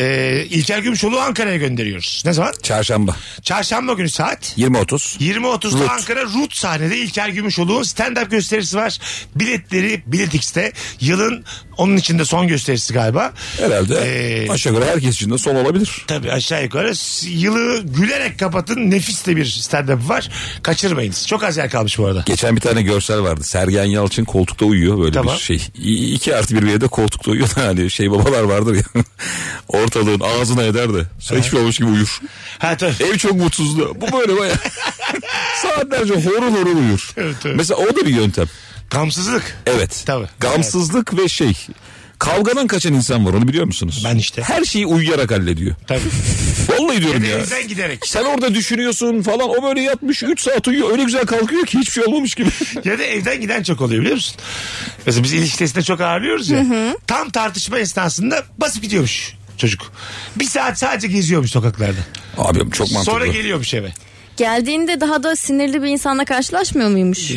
Speaker 4: İlker Gümüşoğlu Ankara'ya gönderiyoruz. Ne zaman? Çarşamba günü saat
Speaker 6: 20.30.
Speaker 4: 20.30'da
Speaker 6: Rut.
Speaker 4: Ankara Rut sahnede İlker Gümüşoğlu'nun stand-up gösterisi var. Biletleri Biletix'te. Yılın onun içinde son gösterisi galiba.
Speaker 6: Herhalde aşağı yukarı herkes için de son olabilir.
Speaker 4: Tabii aşağı yukarı yılı gülerek kapatın nefis de bir stand-up var. Kaçırmayınız. Çok az yer kalmış bu arada.
Speaker 6: Geçen bir tane görsel vardı. Sergen Yalçın koltukta uyuyor böyle
Speaker 4: Tamam.
Speaker 6: bir şey. 2+1 bir yerde koltukta uyuyor. Hani şey babalar vardır ya. Ortalığın ağzına eder de. Hiçbir şey olmuş gibi uyur.
Speaker 4: Ha tabii.
Speaker 6: Ev çok mutsuzdu. Bu böyle baya. Saatlerce horul uyur.
Speaker 4: Evet.
Speaker 6: Mesela o da bir yöntem.
Speaker 4: Gamsızlık.
Speaker 6: Evet.
Speaker 4: Tabii.
Speaker 6: Gamsızlık ve şey. Kavgadan kaçan insan var onu biliyor musunuz?
Speaker 4: Ben işte.
Speaker 6: Her şeyi uyuyarak hallediyor.
Speaker 4: Tabii.
Speaker 6: Vallahi diyorum ya.
Speaker 4: Evden giderek.
Speaker 6: Sen orada düşünüyorsun falan o böyle yatmış 3 saat uyuyor öyle güzel kalkıyor ki hiçbir şey olmamış gibi.
Speaker 4: Ya da evden giden çok oluyor biliyor musun? Mesela biz ilişkisinde çok ağırlıyoruz ya. Tam tartışma esnasında basıp gidiyormuş çocuk. Bir saat sadece geziyormuş sokaklarda.
Speaker 6: Abim çok mantıklı.
Speaker 4: Sonra geliyormuş eve.
Speaker 5: Geldiğinde daha da sinirli bir insanla karşılaşmıyor muymuş?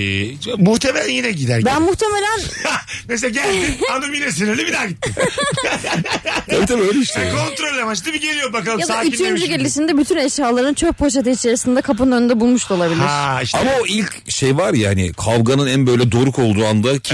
Speaker 4: Muhtemelen yine gider.
Speaker 5: Ben muhtemelen
Speaker 4: Mesela geldin hanım yine sinirli bir daha gitti.
Speaker 6: Tabii öyle işte.
Speaker 4: Yani kontrol amaçlı bir geliyor bakalım.
Speaker 5: ya da
Speaker 4: sakinlemiş
Speaker 5: üçüncü
Speaker 4: mi?
Speaker 5: gelişinde bütün eşyaların çöp poşeti içerisinde kapının önünde bulmuş da olabilir.
Speaker 4: Ha işte.
Speaker 6: Ama o ilk şey var ya hani kavganın en böyle doruk olduğu andaki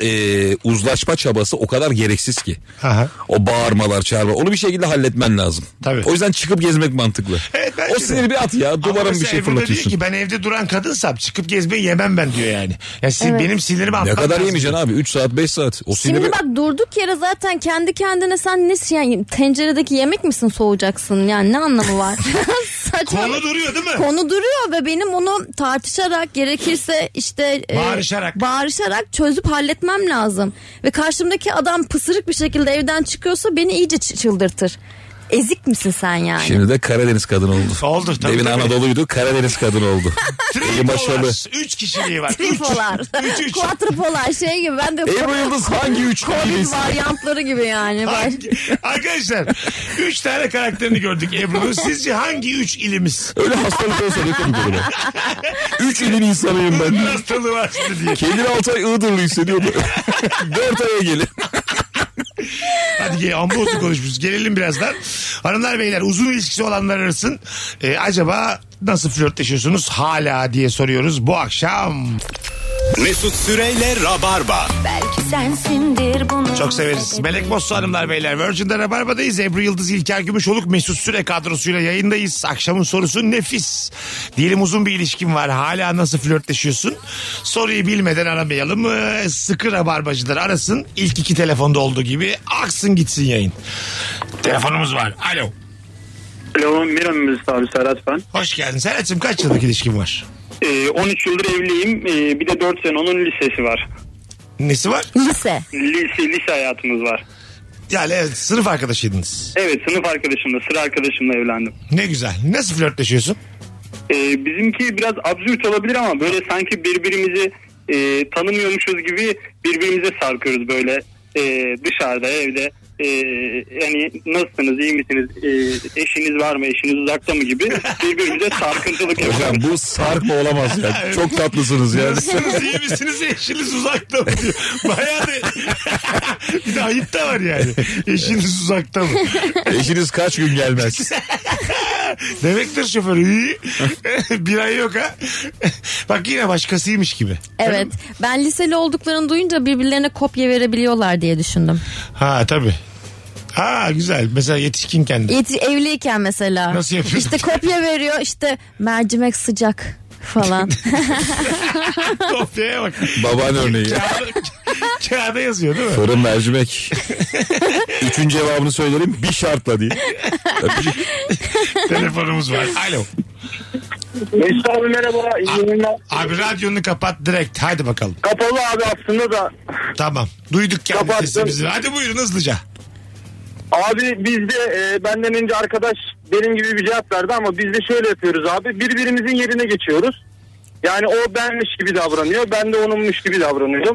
Speaker 6: uzlaşma çabası o kadar gereksiz ki.
Speaker 4: Aha.
Speaker 6: O bağırmalar çağırma onu bir şekilde halletmen lazım.
Speaker 4: Tabii.
Speaker 6: O yüzden çıkıp gezmek mantıklı.
Speaker 4: Evet, bence
Speaker 6: o siniri bir at ya dur Umarım bir
Speaker 4: mesela
Speaker 6: şey
Speaker 4: Ebru da diyor
Speaker 6: fırlatıyorsun.
Speaker 4: ki ben evde duran kadınsam çıkıp gezmeyi yemem ben diyor yani. Ya
Speaker 5: Evet.
Speaker 4: benim sinirimi
Speaker 6: Ne
Speaker 4: atmak
Speaker 6: kadar
Speaker 4: lazım.
Speaker 6: yemeyeceksin abi? 3 saat 5 saat. O siniri...
Speaker 5: Şimdi bak durduk yere zaten kendi kendine sen ne yani tenceredeki yemek misin soğuyacaksın yani ne anlamı var? Saçma.
Speaker 4: Konu duruyor değil mi?
Speaker 5: Konu duruyor ve benim onu tartışarak gerekirse işte bağırışarak çözüp halletmem lazım. Ve karşımdaki adam pısırık bir şekilde evden çıkıyorsa beni iyice çıldırtır. Ezik misin sen yani?
Speaker 6: Şimdi de Karadeniz kadını oldu.
Speaker 4: Oldu tabii.
Speaker 6: Demin Anadolu'ydu, Karadeniz kadını oldu. İyi başarılı.
Speaker 4: 3 kişiliği var.
Speaker 5: Tripolar. Quadrupolar şey gibi. Ben de
Speaker 6: Ebru Yıldız hangi 3
Speaker 5: Covid
Speaker 6: ilimiz?
Speaker 5: varyantları gibi yani.
Speaker 4: Arkadaşlar 3 tane karakterini gördük Ebru'nun. Sizce hangi 3 ilimiz?
Speaker 6: Öyle hastalık olsa ne komik olur. 3 ilin insanıyım ben.
Speaker 4: Hastalığı var diye.
Speaker 6: Kendini 6 ay Iğdırlı hissediyordu. 4 aya gelin.
Speaker 4: Hadi amma uzun konuşmuşuz. Gelelim birazdan. Hanımlar beyler uzun ilişkisi olanlar arasın. Acaba nasıl flörtleşiyorsunuz hala diye soruyoruz bu akşam.
Speaker 2: Mesut Süreyle Rabarba.
Speaker 3: Belki sensindir bunu.
Speaker 4: Çok severiz. Melek Bossu hanımlar beyler. Virgin'de Rabarba'dayız. Ebru Yıldız, İlker Gümüşoluk, Mesut Süre kadrosuyla yayındayız. Akşamın sorusu nefis. Diyelim uzun bir ilişkin var. Hala nasıl flörtleşiyorsun? Soruyu bilmeden aramayalım. Sıkı Rabarbacılar arasın. İlk 2 telefonda olduğu gibi aksın gitsin yayın. Telefonumuz var. Alo.
Speaker 10: Alo, merhaba Mesut abi, Serhat ben.
Speaker 4: Hoş geldin. Serhat'cığım kaç yıllık ilişkin var?
Speaker 10: 13 yıldır evliyim. Bir de 4 sene onun lisesi var.
Speaker 4: Nesi var?
Speaker 10: Lise hayatımız var.
Speaker 4: Yani evet, sınıf arkadaşıydınız.
Speaker 10: Evet, sınıf arkadaşımla, sıra arkadaşımla evlendim.
Speaker 4: Ne güzel. Nasıl flörtleşiyorsun?
Speaker 10: Bizimki biraz absürt olabilir ama böyle sanki birbirimizi tanımıyormuşuz gibi birbirimize sarkıyoruz böyle dışarıda, evde. Yani nasılsınız, iyi misiniz, eşiniz var mı, eşiniz uzakta mı gibi birbirimize sarkıntılık yapıyoruz.
Speaker 6: Hocam bu sarkma olamaz ya. Çok tatlısınız yani.
Speaker 4: Nasılsınız, iyi misiniz, eşiniz uzakta mı diyor. Bayağı da bir de ayıp da var yani. Eşiniz uzakta mı?
Speaker 6: Eşiniz kaç gün gelmez?
Speaker 4: Demektir şoför. İyi. Bir ay yok ha. Bak yine başkasıymış gibi.
Speaker 5: Evet. Ben liseli olduklarını duyunca birbirlerine kopya verebiliyorlar diye düşündüm.
Speaker 4: Ha tabii. Ha güzel. Mesela yetişkinken de.
Speaker 5: Evliyken mesela.
Speaker 4: Nasıl yapıyorsun?
Speaker 5: İşte kopya veriyor işte mercimek sıcak falan.
Speaker 4: Kopyaya bak.
Speaker 6: Baban örneği.
Speaker 4: Kağıda yazıyor değil mi?
Speaker 6: Fırın mercimek. 3. cevabını söylerim bir şartla diye.
Speaker 4: Telefonumuz var. Alo.
Speaker 10: Mesut abi merhaba.
Speaker 4: Abi radyonu kapat direkt. Hadi bakalım.
Speaker 10: Kapalı abi aslında da.
Speaker 4: Tamam. Duyduk kendi
Speaker 10: Kapattım.
Speaker 4: sesimizi. Hadi buyurun hızlıca.
Speaker 10: Abi bizde benden önce arkadaş benim gibi bir cevap verdi ama biz de şöyle yapıyoruz abi. Birbirimizin yerine geçiyoruz. Yani o benmiş gibi davranıyor. Ben de onunmuş gibi davranıyorum.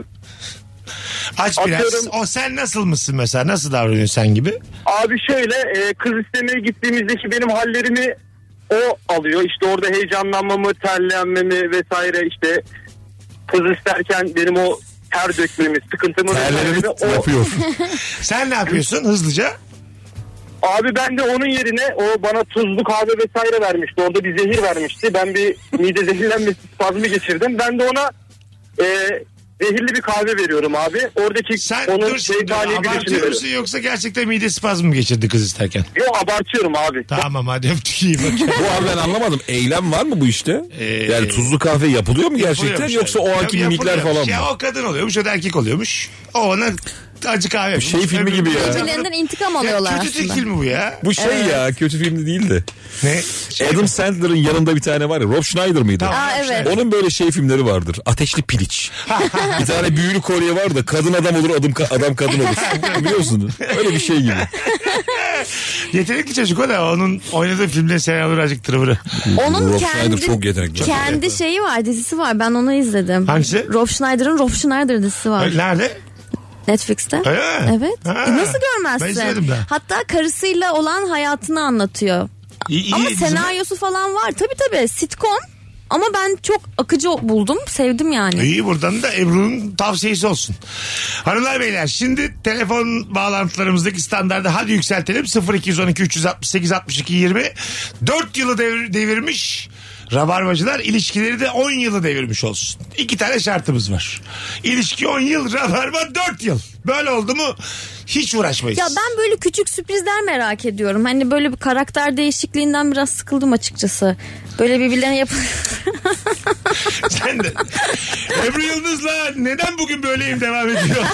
Speaker 4: Aç biraz.
Speaker 10: Atıyorum.
Speaker 4: O sen nasıl mısın mesela? Nasıl davranıyorsun sen gibi?
Speaker 10: Abi şöyle kız istemeye gittiğimizdeki benim hallerimi o alıyor. İşte orada heyecanlanmamı, terlenmemi vesaire işte kız isterken benim o ter dökmemi, sıkıntımı
Speaker 6: Terlerimi
Speaker 10: o
Speaker 6: yapıyor.
Speaker 4: Sen ne yapıyorsun hızlıca?
Speaker 10: Abi ben de onun yerine o bana tuzlu kahve vesaire vermişti. Orada bir zehir vermişti. Ben bir mide zehirlenmesi spazmı geçirdim. Ben de ona zehirli bir kahve veriyorum abi. Oradaki
Speaker 4: Sen
Speaker 10: onun
Speaker 4: dur şimdi
Speaker 10: şeytani
Speaker 4: abartıyor
Speaker 10: bileşini
Speaker 4: musun yoksa gerçekten mide spazmı mı geçirdi kız isterken?
Speaker 10: Yok abartıyorum abi.
Speaker 4: Tamam hadi öptük iyi bak.
Speaker 6: Bu abi ben anlamadım. Eylem var mı bu işte? Yani tuzlu kahve yapılıyor mu gerçekten
Speaker 4: Yapılıyormuş
Speaker 6: yoksa o anki mimikler falan mı?
Speaker 4: Ya o kadın oluyormuş o da erkek oluyormuş. O ona acı kahve yapmış.
Speaker 6: Şey filmi gibi ya.
Speaker 5: Birbirlerinden intikam alıyorlar
Speaker 4: Kötü Türk
Speaker 5: aslında.
Speaker 4: filmi bu ya.
Speaker 6: Bu şey ya kötü filmde değil de.
Speaker 4: Ne?
Speaker 6: Adam Sandler'ın yanında bir tane var ya. Rob Schneider mıydı?
Speaker 4: Tamam,
Speaker 5: Aa, evet.
Speaker 6: Onun böyle şey filmleri vardır. Ateşli Piliç. Bir tane büyülü Korye var da kadın adam olur adam kadın olur. Biliyorsunuz. Öyle bir şey gibi.
Speaker 4: Yetenekli çocuk o da onun oynadığı filmde senaryo birazcık tırvırı.
Speaker 5: Onun
Speaker 6: Rob Schneider çok yetenekli.
Speaker 5: kendi şeyi var, dizisi var. Ben onu izledim.
Speaker 4: Hangisi?
Speaker 5: Rob Schneider dizisi var.
Speaker 4: Nerede?
Speaker 5: Netflix'te.
Speaker 4: Öyle mi?
Speaker 5: Evet.
Speaker 4: Ha.
Speaker 5: Nasıl görmezsin?
Speaker 4: Ben izledim de.
Speaker 5: Hatta karısıyla olan hayatını anlatıyor. Ama
Speaker 4: dizi
Speaker 5: senaryosu falan var. Tabii sitcom. Ama ben çok akıcı buldum. Sevdim yani.
Speaker 4: İyi buradan da Ebru'nun tavsiyesi olsun. Hanımlar beyler şimdi telefon bağlantılarımızdaki standardı hadi yükseltelim. 0212 368 62 20 4 yılı devirmiş Rabarbacılar ilişkileri de 10 yılı devirmiş olsun. 2 tane şartımız var. İlişki 10 yıl, Rabarba 4 yıl. Böyle oldu mu hiç uğraşmayız.
Speaker 5: Ya ben böyle küçük sürprizler merak ediyorum. Hani böyle bir karakter değişikliğinden biraz sıkıldım açıkçası. Böyle birbirlerine yapın.
Speaker 4: Sen de. Ebru Yıldız'la neden bugün böyleyim devam ediyor?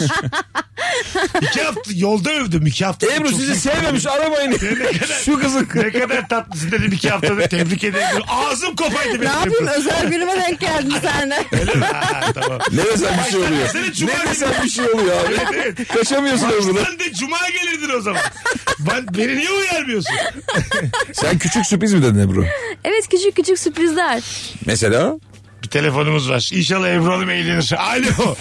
Speaker 4: 2 hafta yolda övdüm 2 hafta.
Speaker 6: Ebru sizi sevmemiş aramayın. Şu kızın.
Speaker 4: Ne kadar tatlısın dedim 2 haftada, tebrik ederim. Ağzım kopaydı benim.
Speaker 5: Ne yapayım, özel günüme denk geldin sen de.
Speaker 4: Öyle mi? Ha, tamam.
Speaker 6: Ne desem bir şey oluyor. Ne desem bir şey oluyor abi.
Speaker 4: Evet.
Speaker 6: Kaçamıyorsun Ebru'da.
Speaker 4: Sen de cuma gelirdin o zaman. Beni niye uyarmıyorsun?
Speaker 6: Sen küçük sürpriz mi dedin Ebru?
Speaker 5: Evet, küçük küçük sürprizler.
Speaker 6: Mesela?
Speaker 4: Bir telefonumuz var. İnşallah Ebru Hanım eğlenir. Alo.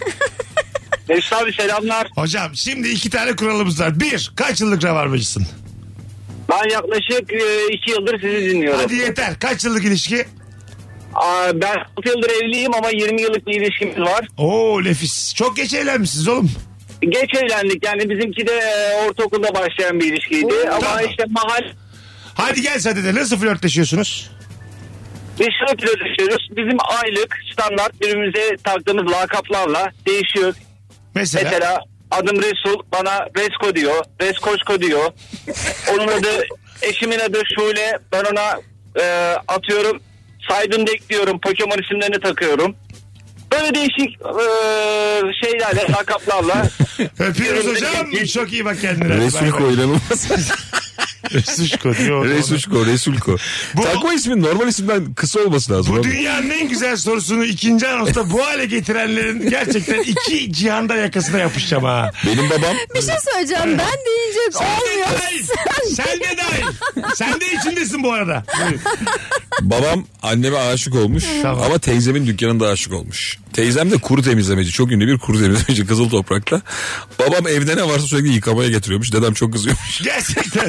Speaker 10: Mesut abi selamlar.
Speaker 4: Hocam şimdi 2 tane kuralımız var. 1. Kaç yıllık rabarbacısın?
Speaker 10: Ben yaklaşık 2 yıldır sizi dinliyorum.
Speaker 4: Hadi yeter. Kaç yıllık ilişki?
Speaker 10: Ben 6 yıldır evliyim ama 20 yıllık bir ilişkimiz var.
Speaker 4: Oo nefis. Çok geç evlenmişsiniz oğlum.
Speaker 10: Geç evlendik, yani bizimki de ortaokulda başlayan bir ilişkiydi. Ama
Speaker 4: tamam.
Speaker 10: işte
Speaker 4: Hadi gel sen de nasıl flörtleşiyorsunuz?
Speaker 10: Biz şöyle flörtleşiyoruz. Bizim aylık standart birbirimize taktığımız lakaplarla değişiyor. Mesela adım Resul, bana Resko diyor. Reskoşko diyor. Onun adı, eşimin adı Şule. Ben ona atıyorum Saydındek diyorum. Pokemon isimlerini takıyorum. Böyle değişik şeylerle, lakaplarla.
Speaker 4: Öpüyoruz hocam. Çok iyi bak kendine.
Speaker 6: Resulko inanılmaz.
Speaker 4: Resulko diyor.
Speaker 6: Resulko. Takma ismin normal isimden kısa olması lazım.
Speaker 4: Bu dünyanın en güzel sorusunu 2. anonsta bu hale getirenlerin gerçekten 2 cihanda yakasına yapışacağım ha.
Speaker 6: Benim babam.
Speaker 5: Bir şey söyleyeceğim, ben deyince olmuyor.
Speaker 4: Sen de dahil. Sen de içindesin bu arada.
Speaker 6: Babam anneme aşık olmuş ama teyzemin dükkanında aşık olmuş. Teyzem de kuru temizlemeci. Çok ünlü bir kuru temizlemeci Kızıl Toprak'ta. Babam evde ne varsa sürekli yıkamaya getiriyormuş. Dedem çok kızıyormuş.
Speaker 4: Gerçekten.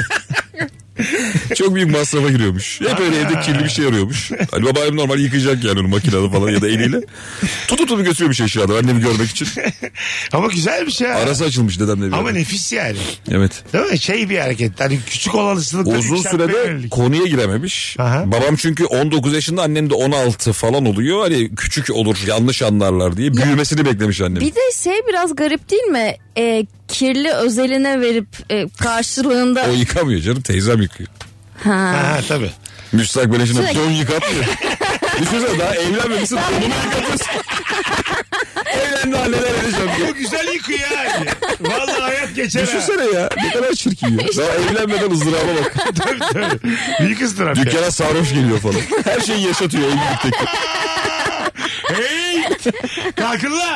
Speaker 6: Çok büyük masrafa giriyormuş. Hep öyle evde kirli bir şey arıyormuş. Hani babaannem normal yıkayacak yani onu makinede falan ya da eliyle. Tutup götürüyormuş eşyaları annemi görmek için.
Speaker 4: Ama güzel bir şey.
Speaker 6: Arası açılmış dedemle bir
Speaker 4: Ama
Speaker 6: ara.
Speaker 4: nefis yani.
Speaker 6: Evet.
Speaker 4: Değil mi? Şey bir hareket. Hani küçük olalısılıkta.
Speaker 6: Uzun sürede konuya girememiş.
Speaker 4: Aha.
Speaker 6: Babam çünkü 19 yaşında, annem de 16 falan oluyor. Hani küçük olur, yanlış anlarlar diye büyümesini beklemiş annem.
Speaker 5: Bir de biraz garip değil mi? Kirli özeline verip karşılığında...
Speaker 6: O yıkamıyor canım, teyzem yıkıyor.
Speaker 4: Ha tabii.
Speaker 6: Müstakbel eşine don yıkatmıyor. Düşünsene daha evlenmemişsin, donunu yıkatıyorsun. Evlendi anneler edeceğim diye.
Speaker 4: Bu güzel yıkıyor yani. Vallahi hayat geçer.
Speaker 6: Düşünsene ya, ne kadar çirkin ya. Daha evlenmeden ızdıraba bak.
Speaker 4: Tabii. Büyük ızdırap.
Speaker 6: Dükkana sarhoş geliyor falan. Her şeyi yaşatıyor evlilikteki.
Speaker 4: Hey! Kalkın lan!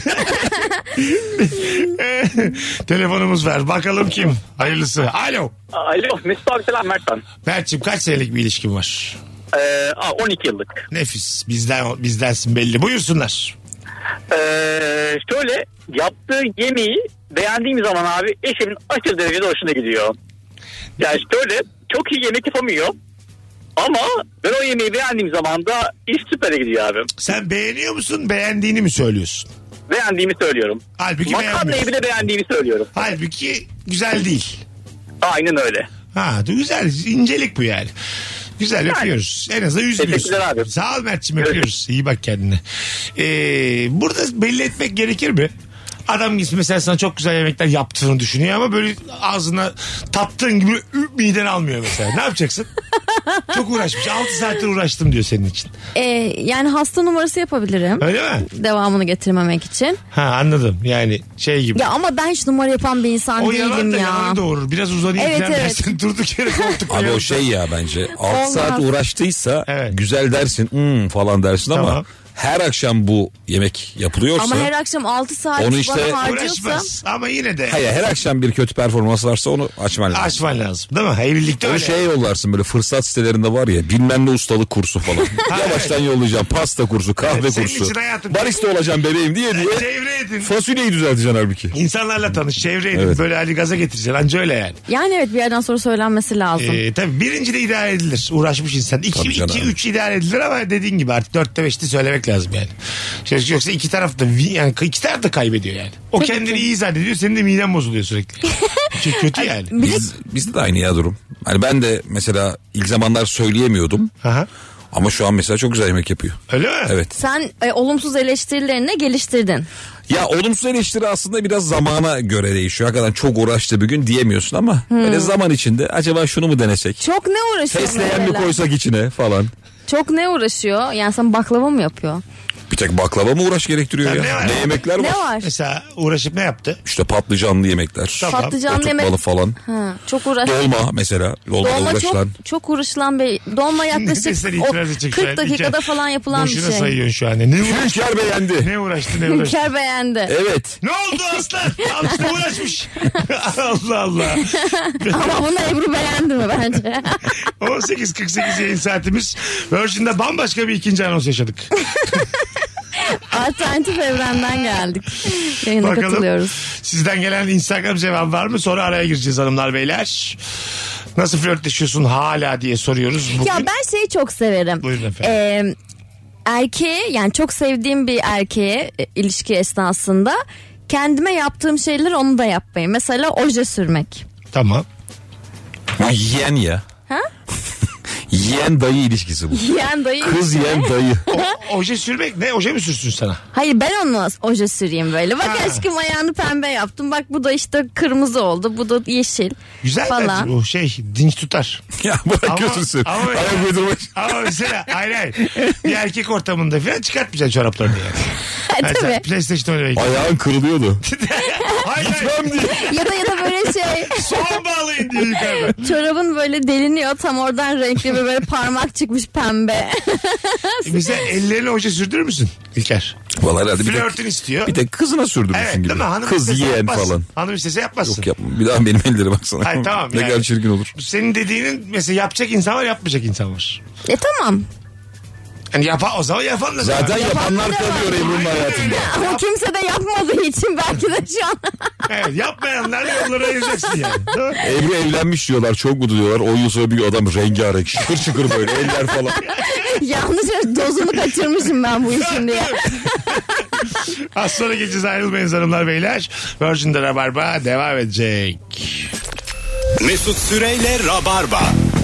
Speaker 4: Telefonumuz var. Bakalım kim? Hayırlısı. Alo.
Speaker 10: Alo Mesut abi selam, Mert ben.
Speaker 4: Mert'ciğim kaç senelik bir ilişkin var?
Speaker 10: 12 yıllık.
Speaker 4: Nefis. Bizdensin belli. Buyursunlar.
Speaker 10: Şöyle, yaptığı yemeği beğendiğim zaman abi eşimin aşırı derecede hoşuna gidiyor. Yani şöyle, çok iyi yemek yapamıyor. Ama ben o yemeği beğendiğim zaman da iş süpere gidiyor abi.
Speaker 4: Sen beğeniyor musun? Beğendiğini mi söylüyorsun?
Speaker 10: Beğendiğimi söylüyorum.
Speaker 4: Halbuki
Speaker 10: makarnayı bile beğendiğimi söylüyorum.
Speaker 4: Halbuki güzel değil.
Speaker 10: Aynen öyle.
Speaker 4: Ha güzel. İncelik bu yani. Güzel öpüyoruz. En azından üzmüyorsun.
Speaker 10: Teşekkürler abi.
Speaker 4: Sağ ol Mert'ciğim, öpüyoruz. İyi bak kendine. Burada belli etmek gerekir mi? Adam gibi mesela sana çok güzel yemekler yaptığını düşünüyor ama böyle ağzına tattığın gibi miden almıyor mesela. Ne yapacaksın? Çok uğraşmış. 6 saattir uğraştım diyor senin için.
Speaker 5: Yani hasta numarası yapabilirim.
Speaker 4: Öyle mi?
Speaker 5: Devamını getirmemek için.
Speaker 4: Ha anladım. Yani şey gibi.
Speaker 5: Ya ama ben hiç numara yapan bir insan
Speaker 4: o
Speaker 5: değilim ya. O
Speaker 4: yalan da yalan doğurur. Biraz uzanayım
Speaker 5: evet,
Speaker 4: falan
Speaker 5: evet.
Speaker 4: dersin. Durduk yere koltuk.
Speaker 6: Abi o şey ya bence. 6 saat uğraştıysa
Speaker 4: evet.
Speaker 6: güzel dersin falan dersin
Speaker 4: tamam.
Speaker 6: ama her akşam bu yemek yapılıyorsa.
Speaker 5: Ama her akşam 6 saat
Speaker 6: onu işte
Speaker 5: bana harcıyorsa.
Speaker 4: Uğraşmaz. Ama yine de.
Speaker 6: Hayır, her akşam bir kötü performans varsa onu açman lazım.
Speaker 4: Açman lazım değil mi? Evlilikte
Speaker 6: onu
Speaker 4: öyle.
Speaker 6: şeye yollarsın, böyle fırsat sitelerinde var ya, bilmem ne ustalık kursu falan. Yavaştan yollayacağım, pasta kursu, kahve
Speaker 4: evet,
Speaker 6: kursu.
Speaker 4: senin için hayatım.
Speaker 6: Barista olacağım bebeğim diye
Speaker 4: Çevre edin.
Speaker 6: fasulyeyi düzelteceksin halbuki.
Speaker 4: İnsanlarla tanış, çevre edin.
Speaker 6: Evet.
Speaker 4: Böyle Ali gaza getireceksin. Anca öyle yani.
Speaker 5: Yani evet, bir yerden sonra söylenmesi lazım.
Speaker 4: Tabii birinci de idare edilir. Uğraşmış insan. 2-3 idare edilir ama dediğin gibi artık 4'te 5'te söylemek lazım yani. Yoksa iki taraf da kaybediyor yani. O
Speaker 5: tabii
Speaker 4: kendini
Speaker 5: ki.
Speaker 4: iyi zannediyor. Senin de miden bozuluyor sürekli. Kötü yani.
Speaker 6: Bizde de aynı ya durum. Hani ben de mesela ilk zamanlar söyleyemiyordum.
Speaker 4: Aha.
Speaker 6: Ama şu an mesela çok güzel yemek yapıyor.
Speaker 4: Öyle mi?
Speaker 6: Evet.
Speaker 5: Sen olumsuz eleştirilerini geliştirdin.
Speaker 6: Ya olumsuz eleştiri aslında biraz zamana göre değişiyor. Hakikaten çok uğraştı bir gün diyemiyorsun ama böyle zaman içinde acaba şunu mu denesek?
Speaker 5: Çok ne uğraşıyor
Speaker 6: Fesleğen mi
Speaker 5: mesela?
Speaker 6: koysak içine falan.
Speaker 5: Çok ne uğraşıyor? Yani sen baklava mı yapıyor?
Speaker 6: Bir tek baklava mı uğraş gerektiriyor ya?
Speaker 4: Ne var?
Speaker 6: Ne yemekler var?
Speaker 5: Ne var?
Speaker 4: Mesela uğraşıp ne yaptı?
Speaker 6: İşte patlıcanlı yemekler.
Speaker 4: Tamam.
Speaker 5: Patlıcanlı
Speaker 6: Oturtmalı
Speaker 5: yemek.
Speaker 6: falan.
Speaker 5: Ha, çok uğraş.
Speaker 6: Dolma mesela. Dolma uğraşılan.
Speaker 5: çok uğraşılan bir dolma yaklaşık
Speaker 4: Nefesler itiraz edecek şu an.
Speaker 5: 40 dakikada falan yapılan bir
Speaker 4: Boşuna
Speaker 5: şey.
Speaker 4: sayıyorsun şu an. Ne uğraştı?
Speaker 6: Hünkar beğendi.
Speaker 4: Ne uğraştı ne uğraştı?
Speaker 5: Hünkar beğendi.
Speaker 6: Evet.
Speaker 4: Ne oldu aslan? Al işte uğraşmış. Allah Allah.
Speaker 5: Ama bunu Ebru beğendi mi bence?
Speaker 4: 18.48 yayın saatimiz. Virgin'de bambaşka bir ikinci anons yaşadık.
Speaker 5: Alternatif evrenden geldik. Yayına
Speaker 4: Bakalım
Speaker 5: katılıyoruz.
Speaker 4: sizden gelen Instagram cevap var mı? Sonra araya gireceğiz hanımlar beyler. Nasıl flörtleşiyorsun hala diye soruyoruz bugün.
Speaker 5: Ya ben şeyi çok severim.
Speaker 4: Buyurun efendim.
Speaker 5: Erkeğe, yani çok sevdiğim bir erkeğe ilişki esnasında kendime yaptığım şeyler onu da yapmayı. Mesela oje sürmek.
Speaker 4: Tamam.
Speaker 6: Bu yeğen ya.
Speaker 5: Ha?
Speaker 6: Yeğen dayı ilişkisi bu.
Speaker 5: Yeğen dayı.
Speaker 6: Kız yeğen dayı.
Speaker 4: Oje sürmek ne? Oje mi sürsün sana?
Speaker 5: Hayır, ben onu oje süreyim böyle. Bak
Speaker 4: Ha.
Speaker 5: aşkım, ayağını pembe yaptım. Bak bu da işte kırmızı oldu. Bu da yeşil.
Speaker 4: Güzel
Speaker 5: falan.
Speaker 4: bence bu dinç tutar.
Speaker 6: Ya bırak götürsün.
Speaker 4: Ama-
Speaker 6: Ayak uydurmak.
Speaker 4: Ama mesela hayır. Bir erkek ortamında falan çıkartmayacaksın çoraplarını yani. Yani
Speaker 5: Tabii.
Speaker 4: sen PlayStation oynamayı.
Speaker 6: Ayağın kırılıyordu.
Speaker 4: Hayır.
Speaker 6: Gitmem diye.
Speaker 5: Ya da böyle şey.
Speaker 4: Soğan bağlayın diye yukarıdan.
Speaker 5: Çorabın böyle deliniyor. Tam oradan renkli bir böyle parmak çıkmış pembe.
Speaker 4: Mesela ellerine oje sürdürür müsün İlker?
Speaker 6: Vallahi herhalde
Speaker 4: Flörtün istiyor.
Speaker 6: bir tek kızına sürdürürsün
Speaker 4: Evet
Speaker 6: gibi.
Speaker 4: değil mi? Hanım
Speaker 6: Kız
Speaker 4: istese
Speaker 6: yeğen
Speaker 4: yapmazsın.
Speaker 6: falan.
Speaker 4: Hanım istese yapmazsın.
Speaker 6: Yok yapma. Bir daha benim ellerime baksana.
Speaker 4: Hayır, tamam
Speaker 6: Ne
Speaker 4: yani.
Speaker 6: kadar çirkin olur.
Speaker 4: Senin dediğinin mesela yapacak insan var, yapmayacak insan var.
Speaker 5: Tamam.
Speaker 4: Yani o zaman yapan da
Speaker 6: Zaten
Speaker 4: var.
Speaker 6: yapanlar
Speaker 5: da var.
Speaker 6: kalıyor Ebru'nun hayatında.
Speaker 5: Ama kimse de yapmadığı için belki de şu an.
Speaker 4: Evet, yapmayanlar yollara ayıracaksın yani. Değil mi?
Speaker 6: Ebru evlenmiş diyorlar. Çok mutlu diyorlar. 10 yıl sonra bir adam rengarenk. Şıkır şıkır böyle eller falan.
Speaker 5: Yanlış dozunu kaçırmışım ben bu işin diye.
Speaker 4: Az sonra geleceğiz, ayrılmayın hanımlar beyler. Virgin'de Rabarba devam edecek.
Speaker 2: Mesut Süreyle Rabarba.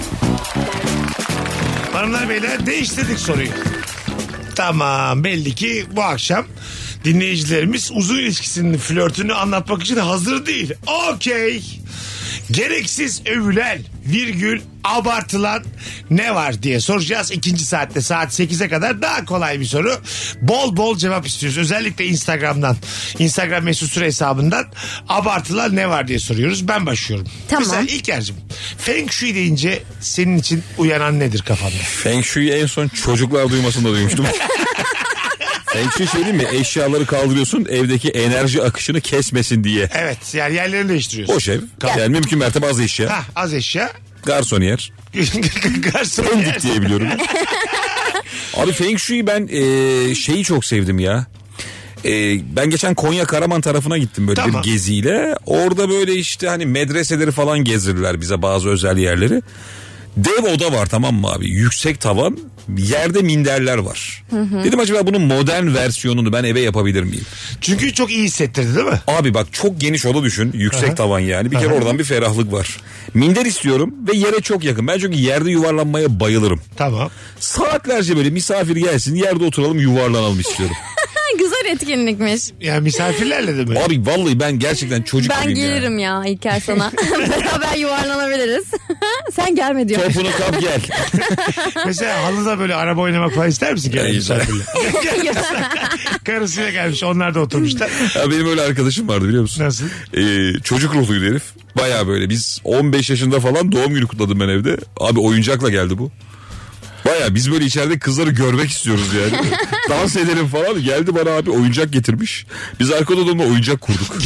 Speaker 4: Hanımlar beyler değiştirdik soruyu. Tamam, belli ki bu akşam dinleyicilerimiz uzun ilişkisinin flörtünü anlatmak için hazır değil. Okey. Gereksiz övülen virgül abartılan ne var diye soracağız. İkinci saatte saat 8'e kadar daha kolay bir soru. Bol bol cevap istiyoruz. Özellikle Instagram'dan. Instagram Mesut Süre hesabından abartılan ne var diye soruyoruz. Ben başlıyorum.
Speaker 5: Tamam.
Speaker 4: Mesela İlker'cim, Feng Shui deyince senin için uyanan nedir kafanda?
Speaker 6: Feng Shui'yi en son çocuklar duymasında duymuştum. Feng Shui şey değil mi? Eşyaları kaldırıyorsun, evdeki enerji akışını kesmesin diye.
Speaker 4: Evet, yani yerlerini değiştiriyorsun.
Speaker 6: Boş ev. Yani mümkün mertebe az eşya.
Speaker 4: Hah, az eşya.
Speaker 6: Garsoniyer.
Speaker 4: Garson
Speaker 6: Pendik diye biliyorum. Abi Feng Shui'yi ben şeyi çok sevdim ya. Ben geçen Konya Karaman tarafına gittim böyle
Speaker 4: Tamam.
Speaker 6: bir geziyle. Orada böyle işte hani medreseleri falan gezdirdiler bize, bazı özel yerleri. Dev oda var, tamam mı abi? Yüksek tavan, yerde minderler var. Dedim acaba bunun modern versiyonunu ben eve yapabilir miyim?
Speaker 4: Çünkü çok iyi hissettirdi değil mi?
Speaker 6: Abi bak, çok geniş oda düşün. Yüksek
Speaker 4: Aha.
Speaker 6: tavan yani. Bir kere
Speaker 4: Aha.
Speaker 6: oradan bir ferahlık var. Minder istiyorum ve yere çok yakın. Ben çünkü yerde yuvarlanmaya bayılırım.
Speaker 4: Tamam.
Speaker 6: Saatlerce böyle misafir gelsin, yerde oturalım, yuvarlanalım istiyorum.
Speaker 5: Güzel etkinlikmiş.
Speaker 4: Yani misafirlerle de mi?
Speaker 6: Abi vallahi ben gerçekten çocuk
Speaker 5: Ben
Speaker 6: gibiyim
Speaker 5: gelirim ya İlker sana. Beraber yuvarlanabiliriz. Sen gelme diyor.
Speaker 6: Topunu kap gel.
Speaker 4: Mesela halıda böyle araba oynamak falan ister misin gelen
Speaker 6: Hayır.
Speaker 4: misafirle? Karısıyla gelmiş, onlar da oturmuşlar.
Speaker 6: Ya benim öyle arkadaşım vardı, biliyor musun?
Speaker 4: Nasıl?
Speaker 6: Çocuk ruhluydu herif. Baya böyle, biz 15 yaşında falan doğum günü kutladım ben evde. Abi oyuncakla geldi bu. Baya biz böyle içeride kızları görmek istiyoruz yani. Dans edelim falan. Geldi bana abi, oyuncak getirmiş. Biz arka odamda oyuncak kurduk.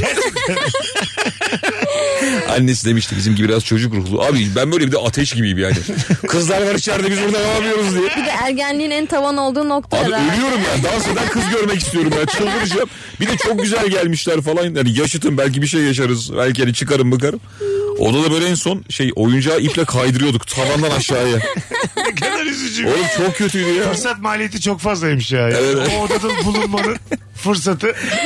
Speaker 6: Annesi demişti bizimki biraz çocuk ruhlu. Abi ben böyle bir de ateş gibiyim yani. Kızlar var içeride, biz burada ne yapıyoruz diye.
Speaker 5: Bir de ergenliğin en tavan olduğu nokta
Speaker 6: Abi
Speaker 5: herhalde.
Speaker 6: ölüyorum ya. Dans eden kız görmek istiyorum ya. Çıldıracağım. Bir de çok güzel gelmişler falan. Yani yaşıtım, belki bir şey yaşarız. Belki hani çıkarım bakarım. Odada böyle en son oyuncağı iple kaydırıyorduk tavandan aşağıya.
Speaker 4: Ne kadar üzücü.
Speaker 6: Oğlum çok kötüydü ya.
Speaker 4: Fırsat maliyeti çok fazlaymış ya.
Speaker 6: Evet.
Speaker 4: O odada bulunmanın fırsatı.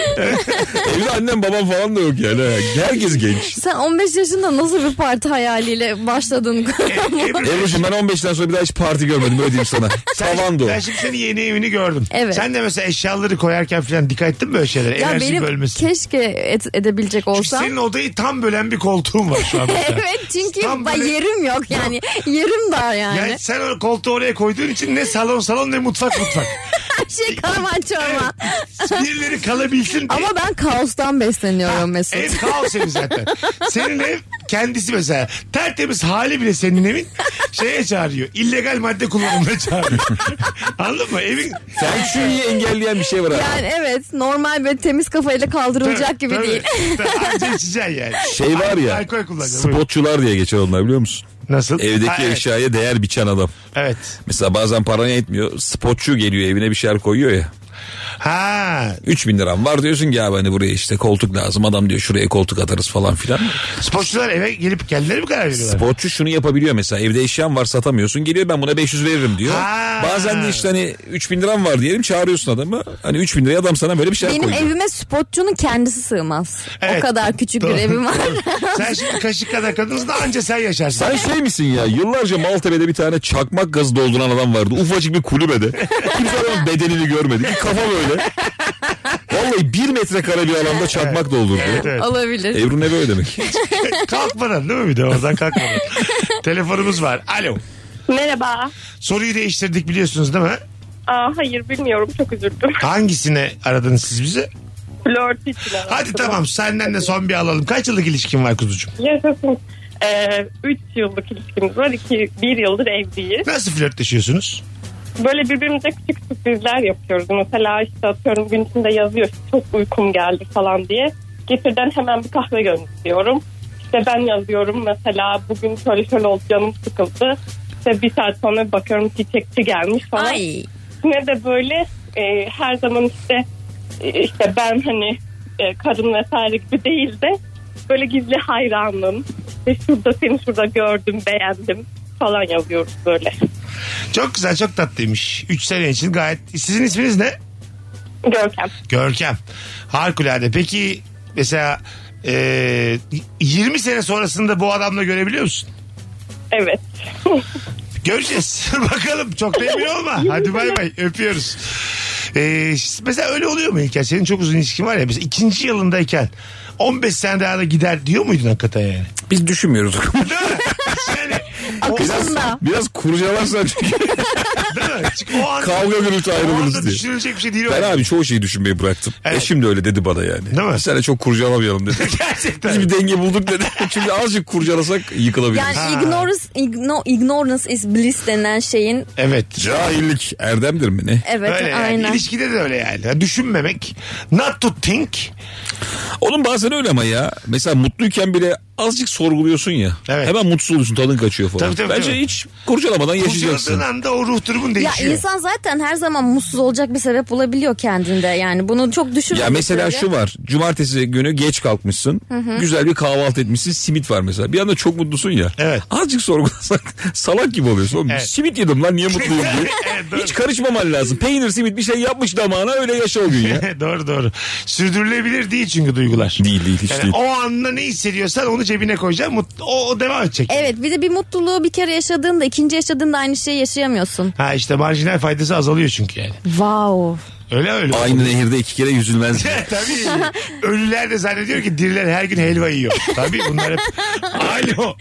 Speaker 6: Evde annem babam falan da yok yani. Herkes genç.
Speaker 5: Sen 15 yaşında nasıl bir parti hayaliyle başladın?
Speaker 6: Ebru'cum ben 15'ten sonra bir daha hiç parti görmedim öyle diyeyim sana. Tavanda o.
Speaker 4: Ben şimdi senin yeni evini gördüm.
Speaker 5: Evet.
Speaker 4: Sen de mesela eşyaları koyarken falan dikkat ettin mi böyle şeylere?
Speaker 5: Ya
Speaker 4: Enerji
Speaker 5: benim
Speaker 4: bölmesi.
Speaker 5: keşke edebilecek olsam.
Speaker 4: Çünkü senin odayı tam bölen bir koltuğun var şu an.
Speaker 5: Evet çünkü
Speaker 4: Tam böyle...
Speaker 5: yerim yok yani. Yerim dar yani.
Speaker 4: Yani sen o koltuğu oraya koyduğun için ne salon ne mutfak.
Speaker 5: Her şey karman çorman.
Speaker 4: Birileri kalabilsin diye.
Speaker 5: Ama ben kaostan besleniyorum Mesut.
Speaker 4: Ev kaos evi zaten. Senin ev kendisi mesela. Tertemiz hali bile senin evin şeye çağırıyor. İllegal madde kullanımına çağırıyor. Anladın mı? Evin...
Speaker 6: Feng Shui'yi engelleyen bir şey var abi.
Speaker 5: Yani evet normal böyle temiz kafayla kaldırılacak gibi değil.
Speaker 4: Anca içeceksin yani.
Speaker 6: Şey var ya.
Speaker 4: Alkol kullanacaksın.
Speaker 6: Spotçular diye geçer onlar biliyor musun?
Speaker 4: Nasıl?
Speaker 6: Evdeki eşyaya değer biçen adam.
Speaker 4: Evet.
Speaker 6: Mesela bazen paran yetmiyor. Spotçu geliyor evine bir şeyler koyuyor ya.
Speaker 4: Ha.
Speaker 6: 3.000 liram var diyorsun ki abi hani buraya işte koltuk lazım. Adam diyor şuraya koltuk atarız falan filan.
Speaker 4: Spotçular eve gelip kendileri mi karar veriyorlar?
Speaker 6: Spotçu şunu yapabiliyor mesela evde eşyan var satamıyorsun. Geliyor ben buna 500 veririm diyor.
Speaker 4: Ha.
Speaker 6: Bazen de işte hani 3.000 liram var diyelim çağırıyorsun adamı. Hani 3.000 liraya adam sana böyle bir şey koyuyor.
Speaker 5: Benim evime spotçunun kendisi sığmaz.
Speaker 4: Evet.
Speaker 5: O kadar küçük bir evim var.
Speaker 4: Sen şimdi kaşık kadar kadınsın da anca sen yaşarsın.
Speaker 6: Sen şey misin ya yıllarca Maltepe'de bir tane çakmak gazı dolduran adam vardı. Ufacık bir kulübede. Kimse adamın bedenini görmedi. Bir kafa böyle. Vallahi 1 metrekare bir alanda çakmak doldurdu.
Speaker 4: Evet.
Speaker 5: Olabilir.
Speaker 6: Ebru'nun evi öyle demek.
Speaker 4: Kalkmadan değil mi bir de oradan kalkmadan. Telefonumuz var. Alo.
Speaker 11: Merhaba.
Speaker 4: Soruyu değiştirdik biliyorsunuz değil mi?
Speaker 11: Hayır bilmiyorum çok üzüldüm.
Speaker 4: Hangisine aradınız siz bizi?
Speaker 11: Flört için aradım.
Speaker 4: Hadi tamam senden de son bir alalım. Kaç yıllık ilişkin var kuzucuğum?
Speaker 11: Yaşasın. 3 yıllık ilişkimiz var. 1 yıldır evliyiz.
Speaker 4: Nasıl flörtleşiyorsunuz?
Speaker 11: Böyle birbirimize küçük sürprizler yapıyoruz. Mesela işte atıyorum gün içinde yazıyor çok uykum geldi falan diye. Getirden hemen bir kahve gönderiyorum. İşte ben yazıyorum mesela bugün şöyle oldu canım sıkıldı. İşte bir saat sonra bakıyorum çiçekçi gelmiş falan.
Speaker 5: Ay.
Speaker 11: Ne de böyle her zaman işte ben hani kadın vesaire gibi değil de böyle gizli hayranım. Ve seni şurada gördüm beğendim falan yazıyoruz böyle.
Speaker 4: Çok güzel çok tatlıymış. 3 sene için gayet. Sizin isminiz ne?
Speaker 11: Görkem.
Speaker 4: Görkem. Harikulade. Peki mesela 20 sene sonrasında bu adamla görebiliyor musun?
Speaker 11: Evet.
Speaker 4: Göreceğiz. Bakalım çok da emin olma. Hadi bay bay öpüyoruz. Mesela öyle oluyor mu İlker? Senin çok uzun ilişkin var ya. Mesela 2. yılındayken 15 sene daha da gider diyor muydun hakikaten yani?
Speaker 6: Biz düşünmüyoruz.
Speaker 4: Yani
Speaker 6: biraz kurcalarsan çünkü.
Speaker 4: Değil mi? Çünkü o anda,
Speaker 6: kavga gürültü ayrılırız diye.
Speaker 4: Düşünülecek bir şey değil.
Speaker 6: Ben abi çoğu şeyi düşünmeyi bıraktım.
Speaker 4: Evet.
Speaker 6: Eşim de öyle dedi bana yani.
Speaker 4: Değil mi?
Speaker 6: Sen de çok kurcalamayalım dedi.
Speaker 4: Gerçekten.
Speaker 6: Biz bir denge bulduk dedi. Çünkü azıcık kurcalasak yıkılabiliriz.
Speaker 5: Yani ignorance is bliss denen şeyin.
Speaker 4: Evet.
Speaker 6: Cahillik erdemdir mi ne?
Speaker 5: Evet
Speaker 4: öyle yani.
Speaker 5: aynen.
Speaker 4: İlişkide de öyle yani. Düşünmemek. Not to think.
Speaker 6: Oğlum bazen öyle ama ya. Mesela mutluyken bile azıcık sorguluyorsun ya.
Speaker 4: Evet.
Speaker 6: Hemen mutsuz oluyorsun tadın kaçıyor falan.
Speaker 4: Tabii,
Speaker 6: Bence hiç kurcalamadan yaşayacaksın.
Speaker 4: Kurcaladığın anda o ruh durumun değişiyor.
Speaker 5: Ya insan zaten her zaman mutsuz olacak bir sebep bulabiliyor kendinde. Yani bunu çok düşünmemek.
Speaker 6: Ya mesela şu var. Cumartesi günü geç kalkmışsın. Güzel bir kahvaltı etmişsin. Simit var mesela. Bir anda çok mutlusun ya.
Speaker 4: Evet.
Speaker 6: Azıcık sorgulasak salak gibi oluyorsun. Oğlum,
Speaker 4: Evet.
Speaker 6: simit yedim lan niye mutluyum diye.
Speaker 4: Evet,
Speaker 6: hiç karışmaman lazım. Peynir simit bir şey yapmış damağına öyle yaşa o gün ya.
Speaker 4: Doğru. Sürdürülebilir değil çünkü duygular.
Speaker 6: Değil hiç
Speaker 4: Yani
Speaker 6: değil.
Speaker 4: o anda ne hissediyorsan onu cebine koyacaksın. O devam edecek.
Speaker 5: Evet bir de bir mutluluğu bir kere yaşadığında ikinci yaşadığında aynı şeyi yaşayamıyorsun.
Speaker 4: Ha işte marjinal faydası azalıyor çünkü yani.
Speaker 5: Wow.
Speaker 4: Öyle.
Speaker 6: Aynı nehirde 2 kere yüzülmez.
Speaker 4: Tabii. Ölüler de zannediyor ki diriler her gün helva yiyor. Tabii bunlar hep. Alo.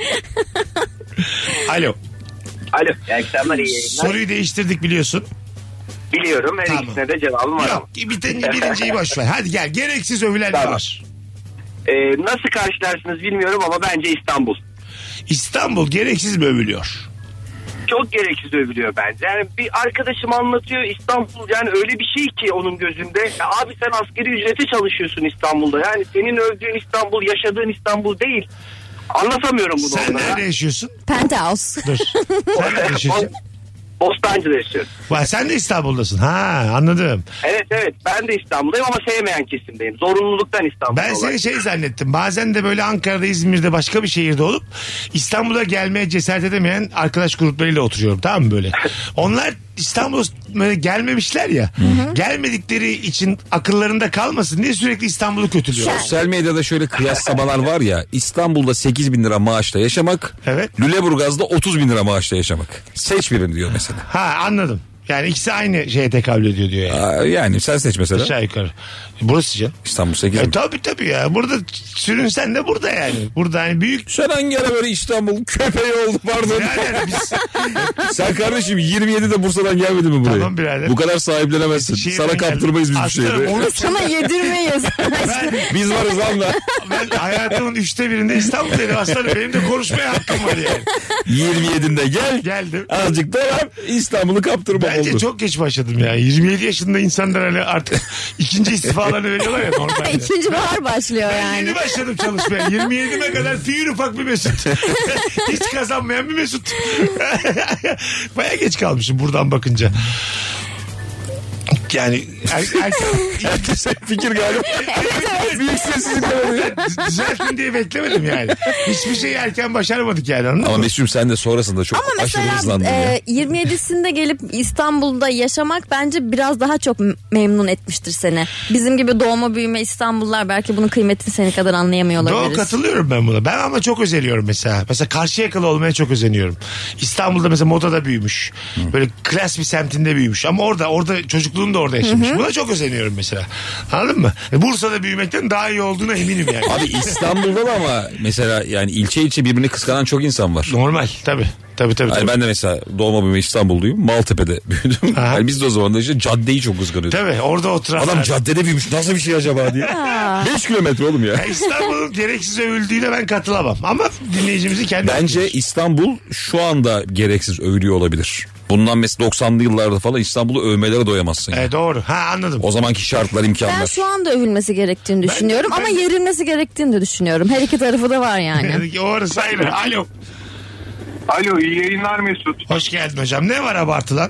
Speaker 12: Alo. İyi akşamlar iyi yayınlar.
Speaker 4: Soruyu değiştirdik biliyorsun.
Speaker 12: Biliyorum her
Speaker 4: Tamam.
Speaker 12: ikisine de cevabım var.
Speaker 4: Yok birinciyi boş ver. Hadi gel gereksiz övülen
Speaker 12: Tamam.
Speaker 4: var.
Speaker 12: Nasıl karşılarsınız bilmiyorum ama bence İstanbul.
Speaker 4: İstanbul gereksiz mi övülüyor?
Speaker 12: Çok gereksiz övülüyor bence. Yani bir arkadaşım anlatıyor İstanbul yani öyle bir şey ki onun gözünde. Ya abi sen asgari ücrete çalışıyorsun İstanbul'da. Yani senin övdüğün İstanbul yaşadığın İstanbul değil. Anlatamıyorum bunu.
Speaker 4: Sen nerede yaşıyorsun?
Speaker 5: Penthouse.
Speaker 4: Dur. Sen nerede yaşıyorsun?
Speaker 12: Bostancı'da yaşıyorum.
Speaker 4: Vay, sen de İstanbul'dasın. Ha anladım.
Speaker 12: Evet ben de İstanbul'dayım ama sevmeyen kesimdeyim. Zorunluluktan İstanbul'da.
Speaker 4: Ben seni şey zannettim. Bazen de böyle Ankara'da, İzmir'de başka bir şehirde olup İstanbul'a gelmeye cesaret edemeyen arkadaş gruplarıyla oturuyorum. Tamam mı böyle? Onlar İstanbul'a gelmemişler ya. Gelmedikleri için akıllarında kalmasın diye sürekli İstanbul'u kötülüyorlar.
Speaker 6: Sosyal medyada şöyle kıyaslamalar var ya. İstanbul'da 8 bin lira maaşla yaşamak.
Speaker 4: Evet.
Speaker 6: Lüleburgaz'da 30 bin lira maaşla yaşamak. Seç birini diyor mesela.
Speaker 4: Ha, anladım. Yani ikisi aynı şeye tekabül ediyor diyor yani.
Speaker 6: Yani sen seç mesela.
Speaker 4: Aşağı yukarı. Burası canım.
Speaker 6: İstanbul 8 bin.
Speaker 4: Tabii ya. Burada sürünsen de burada yani. Burada hani büyük.
Speaker 6: Sen hangi ara böyle İstanbul köpeği oldu pardon.
Speaker 4: Yani biz...
Speaker 6: Sen kardeşim 27'de Bursa'dan gelmedin mi buraya?
Speaker 4: Tamam birader.
Speaker 6: Bu kadar sahiplenemezsin. Sana kaptırmayız biz bir şeyde.
Speaker 5: Onu sana yedirmeyiz.
Speaker 6: Biz varız abla.
Speaker 4: Ben hayatımın 1/3'ünde İstanbul'dayım aslanım. Benim de konuşmaya hakkım var yani.
Speaker 6: 27'inde gel.
Speaker 4: Geldim.
Speaker 6: Azıcık da İstanbul'u kaptırma
Speaker 4: Bence
Speaker 6: oldu.
Speaker 4: çok geç başladım ya. 27 yaşında insanlar hani artık ikinci istifalarını veriyorlar ya normalde.
Speaker 5: İkinci bahar başlıyor
Speaker 4: Ben
Speaker 5: yani.
Speaker 4: yeni başladım çalışmaya. 27'me kadar fiil ufak bir Mesut. Hiç kazanmayan bir Mesut. Baya geç kalmışım buradan bakınca. Yani
Speaker 6: erken fikir galiba. Büyük sessizlik.
Speaker 4: Düzeltin diye beklemedim yani. Hiçbir şeyi erken başaramadık yani.
Speaker 6: Ama Mesut'cum sen de sonrasında çok aşırı hızlandın ya.
Speaker 5: 27'sinde gelip İstanbul'da yaşamak bence biraz daha çok memnun etmiştir seni. Bizim gibi doğma büyüme İstanbullular belki bunun kıymetini seni kadar anlayamıyor olabiliriz.
Speaker 4: Doğru, katılıyorum ben buna. Ben ama çok özeniyorum mesela. Mesela Karşıyakalı olmaya çok özeniyorum. İstanbul'da mesela modada büyümüş. Böyle klas bir semtinde büyümüş. Ama orada çocukluğunu da orada yaşamış. Buna çok özeniyorum mesela. Anladın mı? Bursa'da büyümekten daha iyi olduğuna eminim yani.
Speaker 6: Abi İstanbul'da da ama mesela yani ilçe birbirini kıskanan çok insan var.
Speaker 4: Normal tabii. Tabii.
Speaker 6: Yani ben de mesela doğma büyüme İstanbulluyum. Maltepe'de büyüdüm. Yani biz de o zaman da işte caddeyi çok kıskanıyorduk.
Speaker 4: Tabii orada oturan.
Speaker 6: Adam caddede büyümüş. Nasıl bir şey acaba diye. 5 kilometre oğlum ya.
Speaker 4: İstanbul'un gereksiz övüldüğüne ben katılamam. Ama dinleyicimizi kendi...
Speaker 6: Bence yapıyoruz. İstanbul şu anda gereksiz övülüyor olabilir. Bundan mesela 90'lı yıllarda falan İstanbul'u övmelere doyamazsın. Yani.
Speaker 4: Doğru. Ha, anladım.
Speaker 6: O zamanki şartlar, imkanlar.
Speaker 5: Ben şu anda övülmesi gerektiğini düşünüyorum ama yerilmesi gerektiğini de düşünüyorum. Her iki tarafı da var yani.
Speaker 4: Orası ayrı. Alo.
Speaker 13: Alo, iyi yayınlar Mesut.
Speaker 4: Hoş geldin hocam. Ne var abartılan?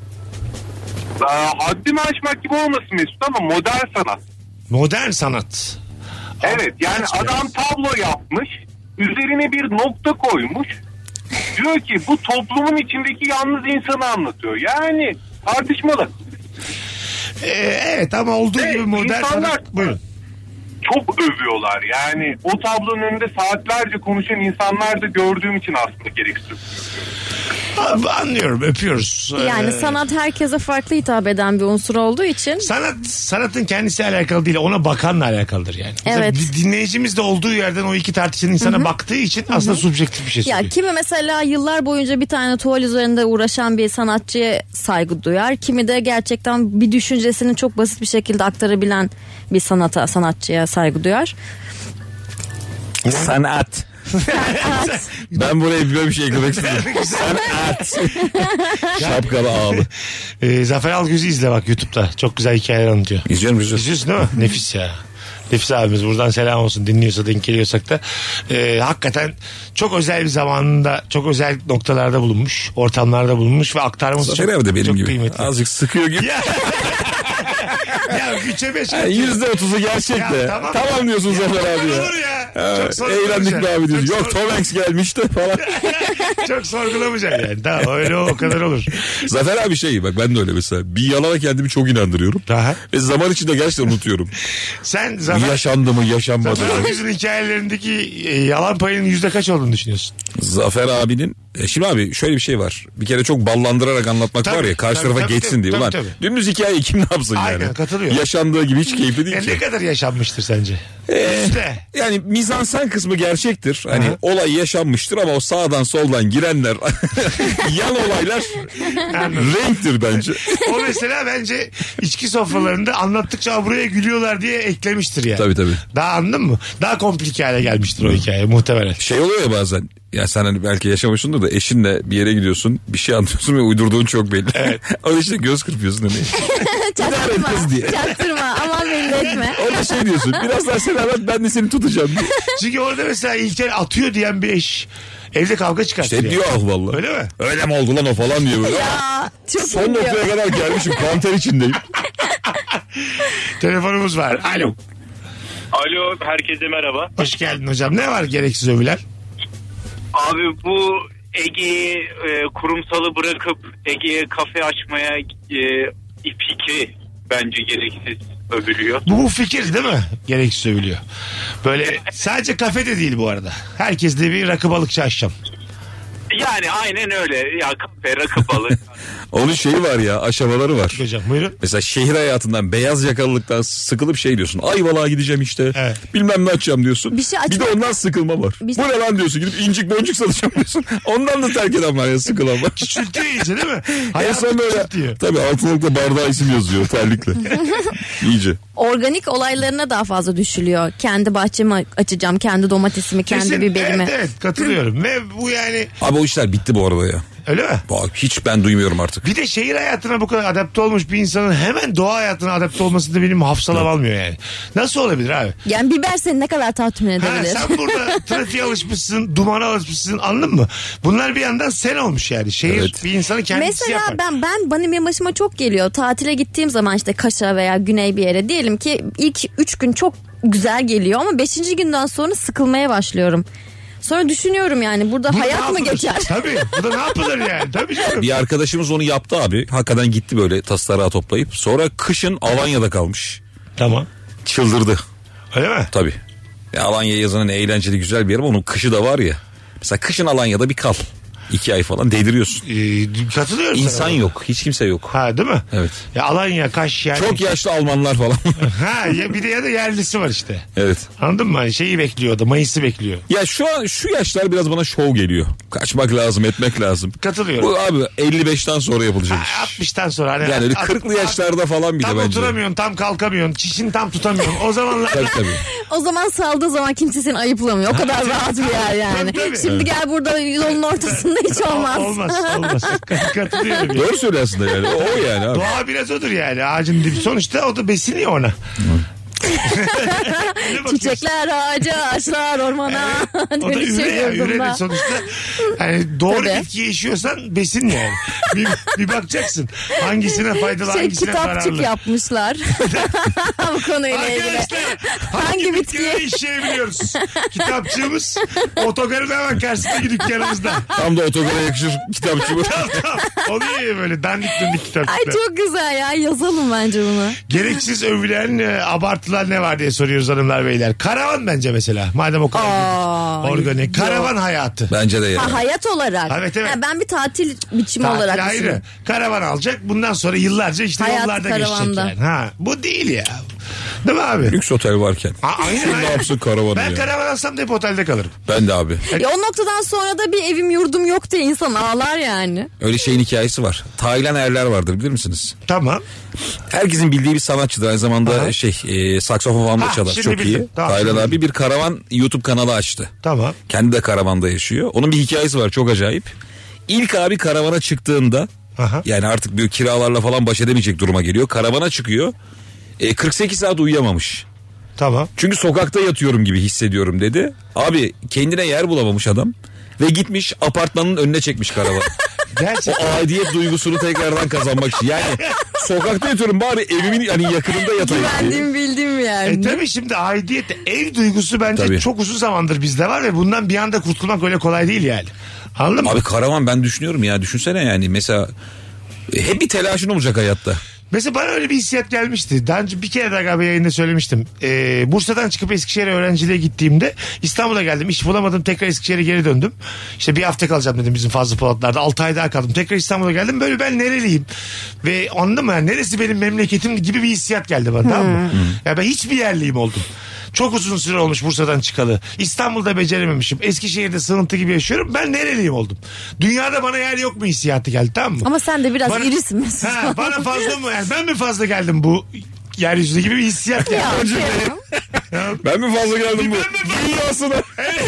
Speaker 13: Haddimi aşmak gibi olmasın Mesut ama modern sanat.
Speaker 4: Modern sanat.
Speaker 13: Evet, yani adam tablo yapmış, üzerine bir nokta koymuş. Diyor ki bu toplumun içindeki yalnız insanı anlatıyor. Yani tartışmalı.
Speaker 4: Evet ama olduğu gibi modern sanat. Buyurun.
Speaker 13: Çok övüyorlar. Yani o tablonun önünde saatlerce konuşan insanlar da gördüğüm için aslında gereksiz.
Speaker 4: Anlıyorum, öpüyoruz.
Speaker 5: Yani sanat herkese farklı hitap eden bir unsur olduğu için.
Speaker 4: Sanatın kendisiyle alakalı değil, ona bakanla alakalıdır yani.
Speaker 5: Evet.
Speaker 4: Dinleyicimiz de olduğu yerden o iki tartışan insana baktığı için aslında subjektif bir şey söylüyor.
Speaker 5: Ya kimi mesela yıllar boyunca bir tane tuval üzerinde uğraşan bir sanatçıya saygı duyar. Kimi de gerçekten bir düşüncesini çok basit bir şekilde aktarabilen bir sanatçıya saygı duyar.
Speaker 6: Sanat. Ben buraya böyle bir şey eklemek istedim. Sanat. Şapkalı ağlı.
Speaker 4: Zafer Algöz'ü izle bak YouTube'da. Çok güzel hikayeler anlatıyor.
Speaker 6: İzliyorum.
Speaker 4: İzliyorsun değil mi? Nefis ya. Nefis abimiz, buradan selam olsun, dinliyorsa denk geliyorsak da hakikaten çok özel bir zamanında çok özel noktalarda bulunmuş, ortamlarda bulunmuş ve aktarması
Speaker 6: Zafer abi de benim
Speaker 4: çok
Speaker 6: gibi
Speaker 4: kıymetli.
Speaker 6: azıcık sıkıyor gibi.
Speaker 4: Ya 3'e 5
Speaker 6: %30'u gerçek de. Tamam diyorsun Zafer abi ya.
Speaker 4: Olur ya.
Speaker 6: Eğlendik be abi diyor. Yok Tom Hanks gelmişti falan.
Speaker 4: Çok sorgulamayacaksın yani. Tamam öyle o kadar olur.
Speaker 6: Zafer abi bak ben de öyle mesela. Bir yalana kendimi çok inandırıyorum.
Speaker 4: Aha.
Speaker 6: Ve zaman içinde gerçekten unutuyorum.
Speaker 4: Sen Zafer...
Speaker 6: Yaşandı mı yaşanmadı mı?
Speaker 4: Zafer Algöz'ün hikayelerindeki yalan payının yüzde kaç olduğunu düşünüyorsun?
Speaker 6: Zafer abinin... Şimdi abi şöyle bir şey var. Bir kere çok ballandırarak anlatmak var ya. Karşı tarafa geçsin diye. Ulan dümdüz hikayeyi kim ne yapsın yani?
Speaker 4: Aynen, katılıyorum.
Speaker 6: Yaşandığı gibi hiç keyifli değil ki.
Speaker 4: Ne kadar yaşanmıştır sence?
Speaker 6: Yani mizansen kısmı gerçektir. Hani olay yaşanmıştır ama o sağdan soldan girenler yan olaylar renktir bence.
Speaker 4: O mesela bence içki sofralarında anlattıkça buraya gülüyorlar diye eklemiştir yani.
Speaker 6: Tabii.
Speaker 4: Daha anladın mı? Daha komplike hale gelmiştir o hikaye muhtemelen.
Speaker 6: Oluyor ya bazen. Ya sen hani belki yaşamışsındır da eşinle bir yere gidiyorsun, bir şey anlatıyorsun ve uydurduğun çok belli. Evet. O işte göz kırpıyorsun hani.
Speaker 5: Çaktırma aman belli etme.
Speaker 6: Orada diyorsun biraz daha sen anlat ben de seni tutacağım diye.
Speaker 4: Çünkü orada mesela İlker atıyor diyen bir eş evde kavga çıkartır.
Speaker 6: İşte diyor vallahi.
Speaker 4: Öyle mi?
Speaker 6: Öyle mi oldu lan o falan diyor böyle.
Speaker 5: Ya çok
Speaker 6: son noktaya kadar gelmişim, kanter içindeyim.
Speaker 4: Telefonumuz var. Alo.
Speaker 14: Alo, herkese merhaba.
Speaker 4: Hoş geldin hocam. Ne var gereksiz övüler?
Speaker 14: Abi bu Ege'yi kurumsalı bırakıp Ege'ye kafe açmaya fikri bence gereksiz övülüyor.
Speaker 4: Bu fikir değil mi? Gereksiz övülüyor. Böyle sadece kafede değil bu arada. Herkes de bir rakı balıkçı açacağım.
Speaker 14: Yani aynen öyle. Ya kafe, rakı, balık.
Speaker 6: Onun şeyi var ya, aşamaları var.
Speaker 4: Hocam buyurun.
Speaker 6: Mesela şehir hayatından, beyaz yakalılıktan sıkılıp şey diyorsun. Ayvalık'a gideceğim işte. Evet. Bilmem ne açacağım diyorsun. Bir de ondan sıkılma var. Bu ne lan diyorsun, gidip incik boncuk satacağım diyorsun. Ondan da terk eden var ya, sıkılan var.
Speaker 4: Küçültüyor iyice değil mi?
Speaker 6: En son böyle tabii altınlıkta bardağı isim yazıyor terlikle. İyice.
Speaker 5: Organik olaylarına daha fazla düşülüyor. Kendi bahçemi açacağım, kendi domatesimi, kendi biberimi.
Speaker 4: Evet katılıyorum. Ve bu yani...
Speaker 6: Abi o işler bitti bu arada ya.
Speaker 4: Öyle mi?
Speaker 6: Hiç ben duymuyorum artık.
Speaker 4: Bir de şehir hayatına bu kadar adapte olmuş bir insanın hemen doğa hayatına adapte olması da benim hafsalam almıyor yani. Nasıl olabilir abi?
Speaker 5: Yani biber seni ne kadar tatmin edebilir?
Speaker 4: Sen burada trafiğe alışmışsın, dumana alışmışsın, anladın mı? Bunlar bir yandan sen olmuş yani. Şehir bir insanı kendisi
Speaker 5: mesela
Speaker 4: yapar.
Speaker 5: Mesela benim başıma çok geliyor. Tatile gittiğim zaman işte Kaş'a veya güney bir yere, diyelim ki ilk 3 gün çok güzel geliyor ama 5. günden sonra sıkılmaya başlıyorum. Sonra düşünüyorum yani burada hayat mı geçer?
Speaker 4: Tabii. Burada ne yapılır yani? Tabii canım.
Speaker 6: Bir arkadaşımız onu yaptı abi. Hakikaten gitti böyle tasarrağı toplayıp. Sonra kışın Alanya'da kalmış.
Speaker 4: Tamam.
Speaker 6: Çıldırdı.
Speaker 4: Öyle mi?
Speaker 6: Tabii. Alanya yazının eğlenceli güzel bir yer ama onun kışı da var ya. Mesela kışın Alanya'da bir kal. 2 ay falan değdiriyorsun.
Speaker 4: Katılıyorum.
Speaker 6: İnsan yok. Hiç kimse yok.
Speaker 4: Ha değil mi?
Speaker 6: Evet.
Speaker 4: Ya Alanya, Kaş yani.
Speaker 6: Çok yaşlı Almanlar falan.
Speaker 4: Bir de ya da yerlisi var işte.
Speaker 6: Evet.
Speaker 4: Anladın mı? Hani şeyi bekliyordu. Mayıs'ı bekliyor.
Speaker 6: Ya şu yaşlar biraz bana şov geliyor. Kaçmak lazım, etmek lazım.
Speaker 4: Katılıyorum.
Speaker 6: Bu abi 55'ten sonra yapılacak iş.
Speaker 4: 60'tan sonra. Hani
Speaker 6: yani 40'lı yaşlarda falan bir de bence.
Speaker 4: Tam oturamıyorsun, tam kalkamıyorsun. Çişini tam tutamıyorsun. O zamanlar.
Speaker 6: Tabii.
Speaker 5: O zaman saldığı zaman kimse seni ayıplamıyor. O kadar rahat bir yer yani.
Speaker 4: Tabii.
Speaker 5: Şimdi gel burada yolun ortasında hiç olmaz.
Speaker 4: Olmaz. Katılıyorum.
Speaker 6: Doğru söylüyor aslında yani. O yani abi.
Speaker 4: Doğa biraz odur yani. Ağacın dibi. Sonuçta o da besiniyor ona.
Speaker 5: Çiçekler ağaca, ağaçlar ormana.
Speaker 4: O da üre sonuçta. Yani doğru bitki yaşıyorsan besin yani. bir bakacaksın. Hangisine faydalı, hangisine zararlı.
Speaker 5: Kitapçık yapmışlar. Bu konuyla ilgili.
Speaker 4: Arkadaşlar hangi bitkiye işleyebiliyoruz? Kitapçığımız otogarın hemen karşısındaki dükkanımızda.
Speaker 6: Tam da otogara yakışır kitapçı bu.
Speaker 4: Tamam. Oluyor ya böyle dandik kitapçıklar.
Speaker 5: Ay çok güzel ya, yazalım bence bunu.
Speaker 4: Gereksiz övülen abartılar ne var diye soruyoruz hanımlar beyler. Karavan bence mesela. Madem o kadar organik. Karavan hayatı.
Speaker 6: Bence de ya.
Speaker 5: Hayat olarak.
Speaker 4: Evet.
Speaker 5: Yani ben bir tatil biçimi olarak
Speaker 4: ayrı. Karavan alacak. Bundan sonra yıllarca işte
Speaker 5: hayat
Speaker 4: yollarda
Speaker 5: karavanda
Speaker 4: geçecek yani. Bu değil ya. Değil mi abi?
Speaker 6: Lüks otel varken.
Speaker 4: Aynen.
Speaker 6: Ne yapsın karavanı
Speaker 4: ben
Speaker 6: ya?
Speaker 4: karavan alsam da hep otelde kalırım.
Speaker 6: Ben de abi.
Speaker 5: O noktadan sonra da bir evim yurdum yok diye insan ağlar yani.
Speaker 6: Öyle şeyin hikayesi var. Taylan Erler vardır, bilir misiniz?
Speaker 4: Tamam.
Speaker 6: Herkesin bildiği bir sanatçıdır. Aynı zamanda saksafon falan da çalar. Çok iyi. Tamam, Taylan abi bir karavan YouTube kanalı açtı.
Speaker 4: Tamam.
Speaker 6: Kendi de karavanda yaşıyor. Onun bir hikayesi var, çok acayip. İlk abi karavana çıktığında yani artık bir kiralarla falan baş edemeyecek duruma geliyor. Karavana çıkıyor. 48 saat uyuyamamış.
Speaker 4: Tamam.
Speaker 6: Çünkü sokakta yatıyorum gibi hissediyorum dedi. Abi kendine yer bulamamış adam. Ve gitmiş apartmanın önüne çekmiş karavanı.
Speaker 4: Gerçekten.
Speaker 6: O aidiyet duygusunu tekrardan kazanmak için. Yani sokakta yatıyorum, bari evimin hani yakınında yatayım.
Speaker 5: Güvendiğim bildiğim yani.
Speaker 4: Tabii şimdi aidiyet, ev duygusu bence çok uzun zamandır bizde var ve bundan bir anda kurtulmak öyle kolay değil yani. Anladın mı?
Speaker 6: Abi karavan, ben düşünüyorum ya, düşünsene yani mesela hep bir telaşın olacak hayatta.
Speaker 4: Mesela bana öyle bir hissiyat gelmişti. Daha önce bir kere daha galiba yayında söylemiştim. Bursa'dan çıkıp Eskişehir'e öğrenciliğe gittiğimde İstanbul'a geldim. İş bulamadım. Tekrar Eskişehir'e geri döndüm. İşte bir hafta kalacağım dedim bizim Fazlı Polatlar'da. 6 ay daha kaldım. Tekrar İstanbul'a geldim. Böyle ben nereliyim? Ve anladın mı? Yani neresi benim memleketim gibi bir hissiyat geldi bana. Tamam mı? Ya ben hiçbir yerliyim oldum. Çok uzun süre olmuş Bursa'dan çıkalı. İstanbul'da becerememişim. Eskişehir'de sığıntı gibi yaşıyorum. Ben nereliyim oldum. Dünyada bana yer yok mu hissiyatı geldi, tamam mı?
Speaker 5: Ama sen de biraz irisin mesela.
Speaker 4: Bana fazla mı? Yani ben mi fazla geldim bu yeryüzüne gibi bir hissiyat geldi.
Speaker 6: Ben mi fazla geldim bu? Dünyasına.
Speaker 4: Evet.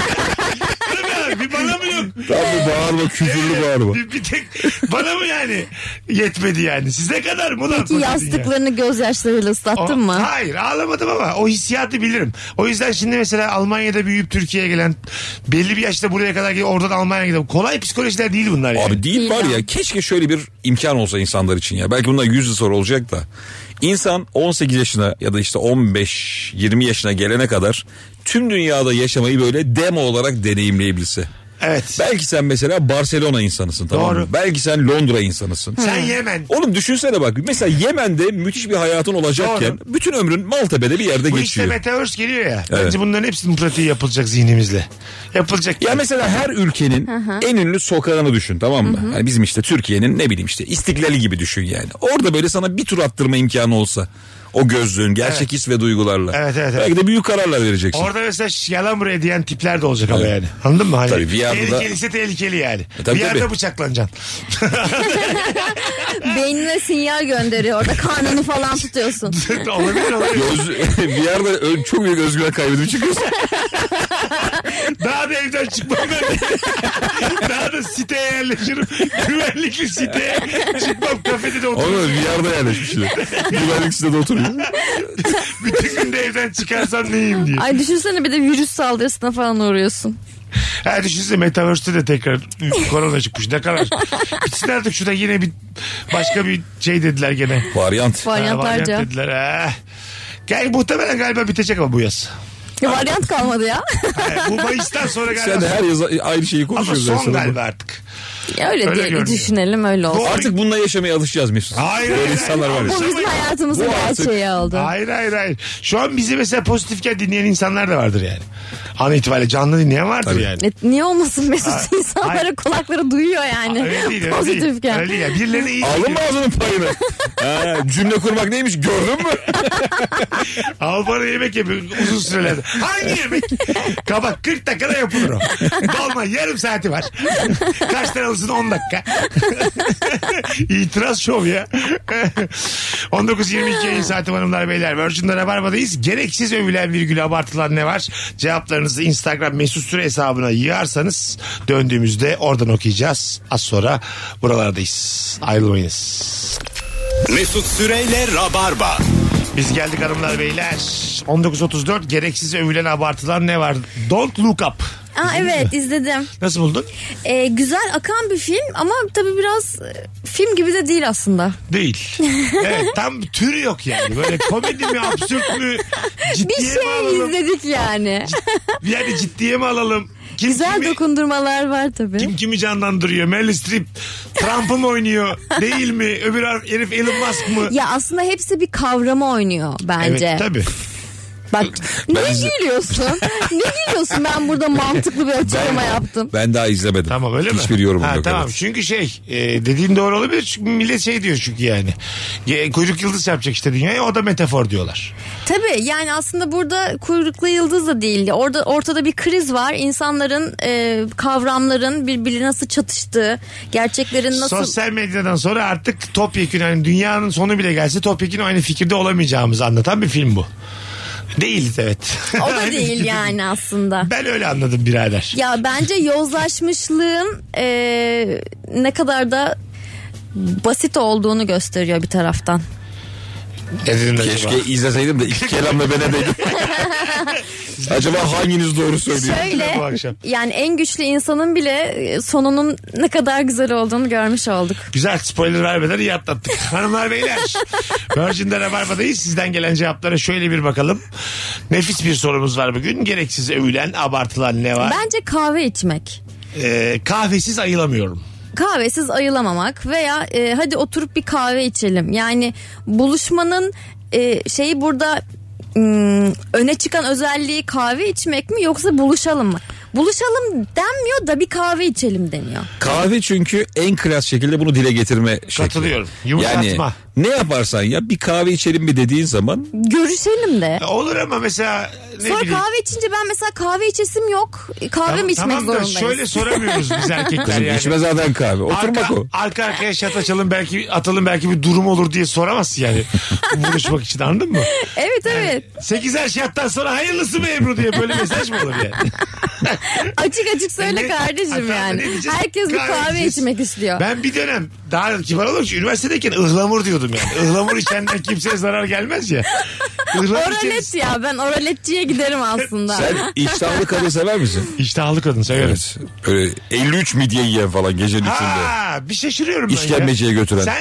Speaker 4: Bir bana mı yok?
Speaker 6: Tamam, bağırma, küfürlü bağırma.
Speaker 4: Bir tek bana mı yani yetmedi yani? Size kadar mı?
Speaker 5: Peki yastıklarını gözyaşlarıyla ıslattın mı?
Speaker 4: Hayır, ağlamadım ama o hissiyatı bilirim. O yüzden şimdi mesela Almanya'da büyüyüp Türkiye'ye gelen, belli bir yaşta buraya kadar gelip oradan Almanya'ya giden kolay psikolojiler değil bunlar yani.
Speaker 6: Abi değil var ya, keşke şöyle bir imkan olsa insanlar için ya. Belki bundan 100 yıl sonra olacak da. İnsan 18 yaşına ya da işte 15-20 yaşına gelene kadar tüm dünyada yaşamayı böyle demo olarak deneyimleyebilse.
Speaker 4: Evet.
Speaker 6: Belki sen mesela Barcelona insanısın, tamam mı? Belki sen Londra insanısın.
Speaker 4: Sen Yemen.
Speaker 6: Oğlum düşünsene bak. Mesela Yemen'de müthiş bir hayatın olacakken bütün ömrün Maltepe'de bir yerde
Speaker 4: bu
Speaker 6: geçiyor.
Speaker 4: Bu işte Metaverse geliyor ya.
Speaker 6: Evet.
Speaker 4: Bence bunların hepsinin pratiği yapılacak zihnimizle. Yapılacak.
Speaker 6: Ya mesela her ülkenin en ünlü sokağını düşün, tamam mı? Yani bizim işte Türkiye'nin ne bileyim işte İstiklali gibi düşün yani. Orada böyle sana bir tur attırma imkanı olsa. O gözlüğün, gerçek his ve duygularla.
Speaker 4: Evet.
Speaker 6: Belki de büyük kararlar vereceksin.
Speaker 4: Orada mesela yalan buraya diyen tipler de olacak ama yani. Anladın mı? Hani
Speaker 6: tabii
Speaker 4: tehlikeliyse tehlikeli yani.
Speaker 6: Tabii,
Speaker 4: bir yerde bıçaklanacaksın.
Speaker 5: Beynine sinyal gönderiyor orada, karnını falan tutuyorsun.
Speaker 4: olabilir.
Speaker 6: Bir yerde çok büyük özgüven kaybedip çıkıyorsun.
Speaker 4: Daha da evden çıkmam ben. Daha da siteye yerleşirim. Güvenlikli siteye çıkmam, kafede de otururum.
Speaker 6: Oğlum bir yerde yerleşmişler. Güvenlik sitede oturuyor.
Speaker 4: Bütün gün de evden çıkarsam neyim diye.
Speaker 5: Ay düşünsene, bir de virüs saldırısına falan uğruyorsun.
Speaker 4: Ha düşünsene Metaverse'te de tekrar korona çıkmış. Ne kadar. Bitsin artık şurada, yine bir başka bir şey dediler gene.
Speaker 6: Varyant.
Speaker 5: Varyantlarca.
Speaker 4: Varyant dediler. Ha. Muhtemelen galiba bitecek ama bu yaz.
Speaker 5: Varyant kalmadı ya.
Speaker 4: Bu Mayıs'tan sonra galiba.
Speaker 6: Sen de her yaz aynı şeyi konuşuyorsun.
Speaker 4: Ama son galiba artık.
Speaker 5: Öyle diye düşünelim, öyle olsun.
Speaker 6: Artık bununla yaşamaya alışacağız Mesut.
Speaker 4: Hayır.
Speaker 6: Böyle insanlar var ya.
Speaker 5: Bu bizim hayatımızın gerçeği oldu.
Speaker 4: Hayır. Şu an bizi mesela pozitifken dinleyen insanlar da vardır yani. An itibariyle canlı dinleyen vardır
Speaker 6: tabii
Speaker 4: yani.
Speaker 5: Niye olmasın Mesut? İnsanlara kulakları duyuyor yani.
Speaker 4: Öyle değil.
Speaker 5: Pozitifken.
Speaker 4: Öyle değil. Yani. Birilerine iyi.
Speaker 6: Aldın mı ağzının payını? Cümle kurmak neymiş gördün mü?
Speaker 4: Al bana yemek yapıyor uzun sürelerde. Hangi yemek? Kabak 40 dakikada yapılır o. Dolma yarım saati var. Kaç tane alırsın? 10 dakika. İtiraz şov ya. 19.22 yayın saati hanımlar beyler. Virgin'de Rabarba'dayız. Gereksiz övülen virgül abartılan ne var? Cevaplarınızı Instagram Mesut Süre hesabına yığarsanız döndüğümüzde oradan okuyacağız. Az sonra buralardayız. Ayrılmayınız.
Speaker 2: Mesut Süreyle Rabarba.
Speaker 4: Biz geldik hanımlar beyler. 19.34 gereksiz övülen abartılan ne var? Don't Look Up.
Speaker 5: Evet izledim.
Speaker 4: Nasıl buldun?
Speaker 5: Güzel akan bir film ama tabii biraz film gibi de değil aslında.
Speaker 4: Değil. Evet, tam türü yok yani. Böyle komedi mi, absürt mü, ciddiye
Speaker 5: bir şey
Speaker 4: mi alalım?
Speaker 5: izledik yani.
Speaker 4: Yani ciddiye mi alalım?
Speaker 5: Güzel dokundurmalar var tabii.
Speaker 4: Kim kimi canlandırıyor? Meryl Streep Trump'ı mı oynuyor? Değil mi? Öbür herif Elon Musk mı?
Speaker 5: Ya aslında hepsi bir kavramı oynuyor bence.
Speaker 4: Evet tabii.
Speaker 5: Bak ne gülüyorsun? Ne gülüyorsun? Ben burada mantıklı bir açıklama yaptım.
Speaker 6: Ben daha izlemedim.
Speaker 4: Tamam öyle mi?
Speaker 6: Hiçbir yorumum yok.
Speaker 4: Tamam
Speaker 6: evet.
Speaker 4: çünkü dediğin doğru olabilir. Çünkü millet diyor çünkü yani. Kuyruk yıldız yapacak işte dünyaya, o da metafor diyorlar.
Speaker 5: Tabii yani aslında burada kuyruklu yıldız da değil. Ortada bir kriz var. İnsanların kavramların birbirine nasıl çatıştığı, gerçeklerin nasıl...
Speaker 4: Sosyal medyadan sonra artık topyekun, hani dünyanın sonu bile gelse topyekun aynı fikirde olamayacağımızı anlatan bir film bu. Değiliz evet.
Speaker 5: O da değil yani aslında.
Speaker 4: Ben öyle anladım birader.
Speaker 5: Ya bence yozlaşmışlığın ne kadar da basit olduğunu gösteriyor bir taraftan.
Speaker 6: Keşke izleseydim de iki kelamla bana değdim. Acaba hanginiz doğru söylüyor?
Speaker 5: Şöyle yani en güçlü insanın bile sonunun ne kadar güzel olduğunu görmüş olduk.
Speaker 4: Güzel, spoiler vermeden iyi atlattık. Hanımlar beyler, Virgin'de Rabarba'dayız. Sizden gelen cevaplara şöyle bir bakalım. Nefis bir sorumuz var bugün. Gereksiz övülen, abartılan ne var?
Speaker 5: Bence kahve içmek.
Speaker 4: Kahvesiz ayılamıyorum.
Speaker 5: Kahvesiz ayılamamak veya hadi oturup bir kahve içelim. Yani buluşmanın şeyi burada öne çıkan özelliği kahve içmek mi yoksa buluşalım mı? Buluşalım denmiyor da bir kahve içelim deniyor.
Speaker 6: Kahve çünkü en klas şekilde bunu dile getirme şekli.
Speaker 4: Katılıyorum. Yumuşatma.
Speaker 6: Yani ne yaparsan ya bir kahve içelim mi dediğin zaman.
Speaker 5: Görüşelim de.
Speaker 4: Olur ama mesela
Speaker 5: sonra kahve içince ben mesela kahve içesim yok. Kahve mi içmek zorundayız?
Speaker 4: Tamam da şöyle soramıyoruz biz erkekler
Speaker 6: Kızım,
Speaker 4: yani.
Speaker 6: içme zaten kahve. Oturmak o.
Speaker 4: Arka arkaya şat açalım atalım belki bir durum olur diye soramazsın yani. Buluşmak için, anladın mı?
Speaker 5: Evet evet.
Speaker 4: 8'er şattan sonra hayırlısı mı Ebru diye böyle mesaj mı olur yani?
Speaker 5: Açık söyle kardeşim yani. Herkes bir kahve içmek istiyor.
Speaker 4: Ben bir dönem daha kibar olur ki üniversitedeyken ıhlamur diyordum yani. Ihlamur içenden kimseye zarar gelmez ya.
Speaker 5: Oralet ya, ben oraletçiye giderim aslında.
Speaker 6: Sen iştahlı kadın sever misin?
Speaker 4: İştahlı kadın severim.
Speaker 6: Evet. Böyle 53 midye yiyen falan gecenin içinde.
Speaker 4: Bir şaşırıyorum ben
Speaker 6: İşkembeciye götüren.
Speaker 4: Sen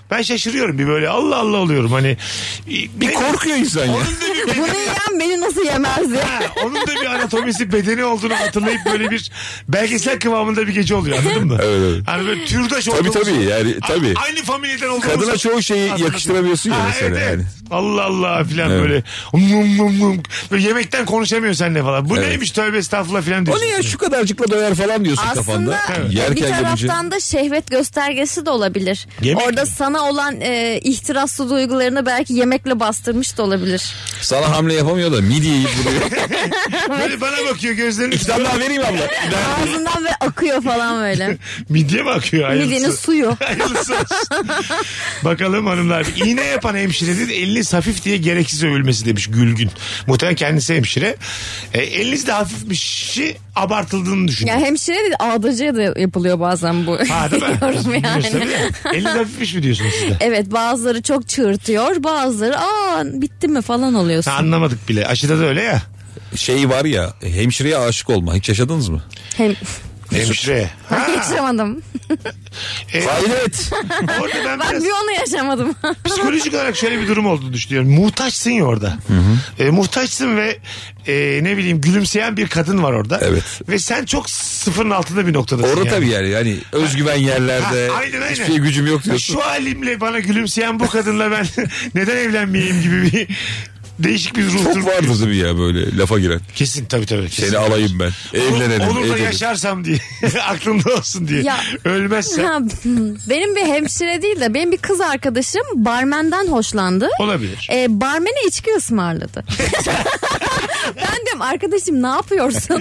Speaker 4: Ben şaşırıyorum bir böyle Allah Allah oluyorum hani.
Speaker 6: Bir korkuyor insan ya.
Speaker 5: Bunu yiyen beni nasıl yemez ya?
Speaker 4: Onun da bir anatomisi bedeni olduğunu hatırlayıp böyle bir belgesel kıvamında bir gece oluyor anladın mı?
Speaker 6: Evet.
Speaker 4: Hani böyle türdaş olduğumuz.
Speaker 6: Tabii yani tabii.
Speaker 4: Aynı familyadan olduğumuz.
Speaker 6: Kadına çoğu şeyi yakıştıramıyorsun ya mesela
Speaker 4: evet.
Speaker 6: yani.
Speaker 4: Allah Allah filan
Speaker 6: Evet.
Speaker 4: böyle. Böyle yemekten konuşamıyor seninle falan. Bu neymiş tövbe estağfurullah filan diyorsun.
Speaker 6: O ne ya şu kadarcıkla doyar falan diyorsun kafanda.
Speaker 5: Aslında
Speaker 6: Yerken
Speaker 5: bir taraftan
Speaker 6: görünce.
Speaker 5: da şehvet göstergesi de olabilir.
Speaker 4: Yemek
Speaker 5: orada
Speaker 4: mi?
Speaker 5: sana olan ihtiraslı duygularını belki yemekle bastırmış da olabilir.
Speaker 6: Sana hamle yapamıyor da midye yiyip duruyor.
Speaker 4: Böyle bana bakıyor gözlerini.
Speaker 6: İki tane daha vereyim abla.
Speaker 5: Ağzından böyle akıyor falan böyle.
Speaker 4: Midye mi akıyor? Hayırlısı.
Speaker 5: Midyenin suyu.
Speaker 4: Hayırlısı olsun. Bakalım hanımlar. İğne yapan hemşirenin eliniz hafif diye gereksiz övülmesi demiş Gülgün. Muhtemelen kendisi hemşire. Eliniz de hafifmişi abartıldığını düşünüyor.
Speaker 5: Ya hemşire de ağdacıya da yapılıyor bazen bu.
Speaker 4: Ha değil mi?
Speaker 5: Yorum yani.
Speaker 4: Eliniz hafifmiş mi diyorsunuz siz de?
Speaker 5: Evet bazıları çok çığırtıyor bazıları bitti mi falan oluyorsun.
Speaker 4: Anlamadık bile. Aşıda da öyle ya.
Speaker 6: Şey var ya hemşireye aşık olma hiç yaşadınız mı?
Speaker 4: Hemşire.
Speaker 5: Ben yaşamadım.
Speaker 6: Hayret.
Speaker 4: Orada ben
Speaker 5: Bak
Speaker 4: biraz
Speaker 5: bir onu yaşamadım.
Speaker 4: psikolojik olarak şöyle bir durum olduğunu düşünüyorum. Muhtaçsın ya orada. Muhtaçsın ve ne bileyim gülümseyen bir kadın var orada.
Speaker 6: Evet.
Speaker 4: Ve sen çok sıfırın altında bir noktadasın.
Speaker 6: Orada
Speaker 4: yani.
Speaker 6: tabii yani özgüven yerlerde
Speaker 4: Aynen.
Speaker 6: hiçbir şeye gücüm yok diyorsun.
Speaker 4: Şu halimle bana gülümseyen bu kadınla ben neden evlenmeyeyim gibi bir değişik bir ruh.
Speaker 6: Çok vardı tabii ya böyle lafa giren.
Speaker 4: Kesin tabii. Kesin.
Speaker 6: Seni alayım ben. Evlenelim.
Speaker 4: Olur da
Speaker 6: evlenelim.
Speaker 4: yaşarsam diye. Aklımda olsun diye.
Speaker 5: Ya.
Speaker 4: Ölmezsem.
Speaker 5: Benim bir hemşire değil de benim bir kız arkadaşım barmenden hoşlandı.
Speaker 4: Olabilir.
Speaker 5: Barmene içki ısmarladı. Ben diyorum arkadaşım ne yapıyorsun?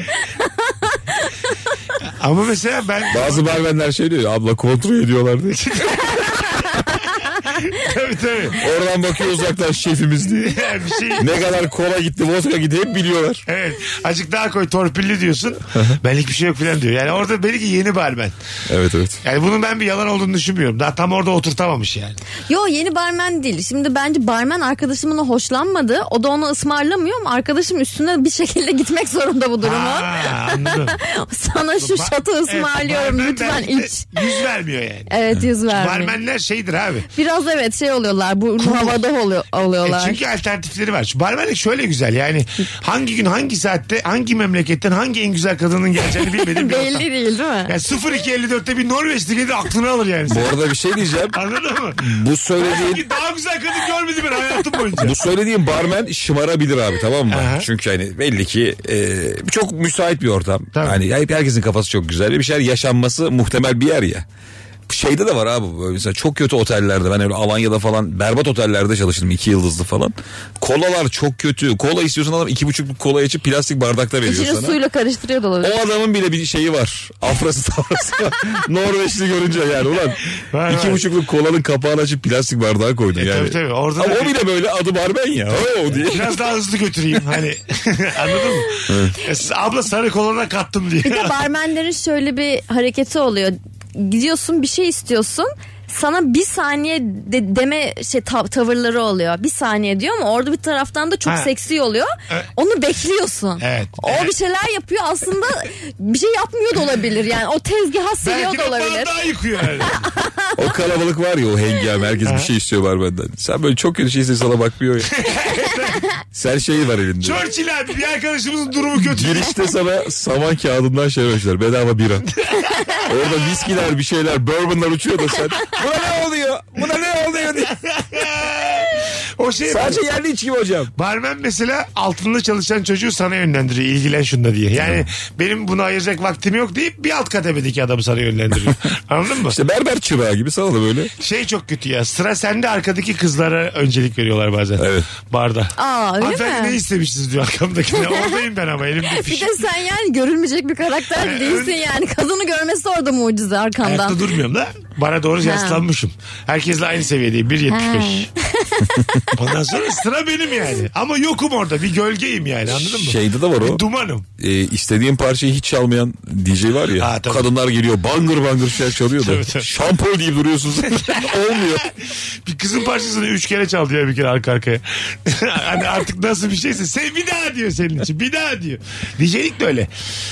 Speaker 4: Ama mesela ben...
Speaker 6: Bazı barmenler şey diyor abla kontrol ediyorlar diye.
Speaker 4: tabii.
Speaker 6: Oradan bakıyor uzaktan şefimiz diye.
Speaker 4: Bir şey...
Speaker 6: Ne kadar kola gitti, vodka gitti hep biliyorlar.
Speaker 4: Evet. Azıcık daha koy torpilli diyorsun. Benlik bir şey yok falan diyor. Yani orada belki yeni barmen.
Speaker 6: Evet.
Speaker 4: Yani bunun ben bir yalan olduğunu düşünmüyorum. Daha tam orada oturtamamış yani.
Speaker 5: Yo yeni barmen değil. Şimdi bence barmen arkadaşımın hoşlanmadı. O da onu ısmarlamıyor ama arkadaşım üstüne bir şekilde gitmek zorunda bu durumu.
Speaker 4: Anladım.
Speaker 5: Sana şu şatı ısmarlıyorum lütfen iç.
Speaker 4: Yüz vermiyor yani.
Speaker 5: Evet yüz vermiyor.
Speaker 4: Barmenler şeydir abi.
Speaker 5: Biraz evet şey oluyorlar. Burnu havada oluyorlar.
Speaker 4: Çünkü alternatifleri var. Barmenlik şöyle güzel yani hangi gün hangi saatte hangi memleketten hangi en güzel kadının geleceğini bilmediğim bir
Speaker 5: belli
Speaker 4: ortam.
Speaker 5: değil mi?
Speaker 4: Yani 02.54'te bir Norveçli gelir aklını alır yani.
Speaker 6: Bu arada bir şey diyeceğim.
Speaker 4: Anladın mı?
Speaker 6: Bu söylediğin...
Speaker 4: Daha güzel kadın görmedim ben hayatım boyunca.
Speaker 6: Bu söylediğin barmen şımarabilir abi tamam mı?
Speaker 4: Aha.
Speaker 6: Çünkü hani belli ki çok müsait bir ortam.
Speaker 4: Tabii.
Speaker 6: Hani herkesin kafası çok güzel. Bir şeyler yaşanması muhtemel bir yer ya. Şeyde de var abi böyle mesela çok kötü otellerde ben öyle Alanya'da falan berbat otellerde çalıştım 2 yıldızlı falan. Kolalar çok kötü. Kola istiyorsan adam 2,5'luk kola içip plastik bardakta veriyor
Speaker 5: İçine
Speaker 6: sana.
Speaker 5: suyla karıştırıyor da olabilir.
Speaker 6: O adamın bile bir şeyi var. Afrası tavrası var. Norveçli görünce yani ulan. 2,5'luk kolanın kapağını açıp plastik bardağa koydun yani.
Speaker 4: Tabii. Orada
Speaker 6: ama o bile böyle adı barmen ya. O diye.
Speaker 4: Biraz daha hızlı götüreyim hani. Anladın mı? Evet. Abla sarı kolona kattım diye.
Speaker 5: Bir de barmenlerin şöyle bir hareketi oluyor. Gidiyorsun bir şey istiyorsun. Sana bir saniye deme tavırları oluyor. Bir saniye diyor ama orada bir taraftan da çok seksi oluyor. Onu bekliyorsun.
Speaker 4: Evet.
Speaker 5: O bir şeyler yapıyor aslında bir şey yapmıyor da olabilir. Yani o tezgaha siliyor da olabilir.
Speaker 4: Belki de daha yıkıyor yani.
Speaker 6: O kalabalık var ya o hengame herkes bir şey istiyor benden. Sen böyle çok kötü şeyse sana bakmıyor ya. Sen şey var elinde.
Speaker 4: Churchill abi bir arkadaşımızın durumu kötü.
Speaker 6: Girişte sana saman kağıdından şey vermişler bedava bira. Orada viskiler bir şeyler bourbonlar uçuyor da sen. Buna ne oluyor? Buna ne oluyor diye.
Speaker 4: O şey
Speaker 6: sadece yerli içki hocam.
Speaker 4: Barmen mesela altında çalışan çocuğu sana yönlendiriyor. İlgilen şunda diye. Yani benim bunu ayıracak vaktim yok deyip bir alt kademedeki adamı sana yönlendiriyor. Anladın mı?
Speaker 6: İşte berber çırağı gibi sana da böyle.
Speaker 4: Şey çok kötü ya. Sıra sende arkadaki kızlara öncelik veriyorlar bazen.
Speaker 6: Evet.
Speaker 4: Barda.
Speaker 5: Öyle
Speaker 4: hanımefendi
Speaker 5: mi?
Speaker 4: ne istemişsiniz diyor arkamdakine. Oradayım ben ama elimde fiş.
Speaker 5: Bir de sen yani görülmeyecek bir karakter değilsin yani. Kadını görmesi orada mucize arkandan.
Speaker 4: Ayakta durmuyorum da. Bana doğru yaslanmışım. Herkesle aynı seviyedeyim. 1.75. Ondan sonra sıra benim yani. Ama yokum orada. Bir gölgeyim yani. Anladın mı?
Speaker 6: Şeyde de var o.
Speaker 4: Bir dumanım.
Speaker 6: İstediğin parçayı hiç çalmayan DJ var ya. Kadınlar geliyor bangır bangır şey çalıyor da.
Speaker 4: Tabii.
Speaker 6: Şampol deyip duruyorsunuz. Olmuyor.
Speaker 4: Bir kızın parçasını 3 kere çaldı ya bir kere arka arkaya. Hani artık nasıl bir şeyse. Sen bir daha diyor senin için. Bir daha diyor. DJ'lik de öyle.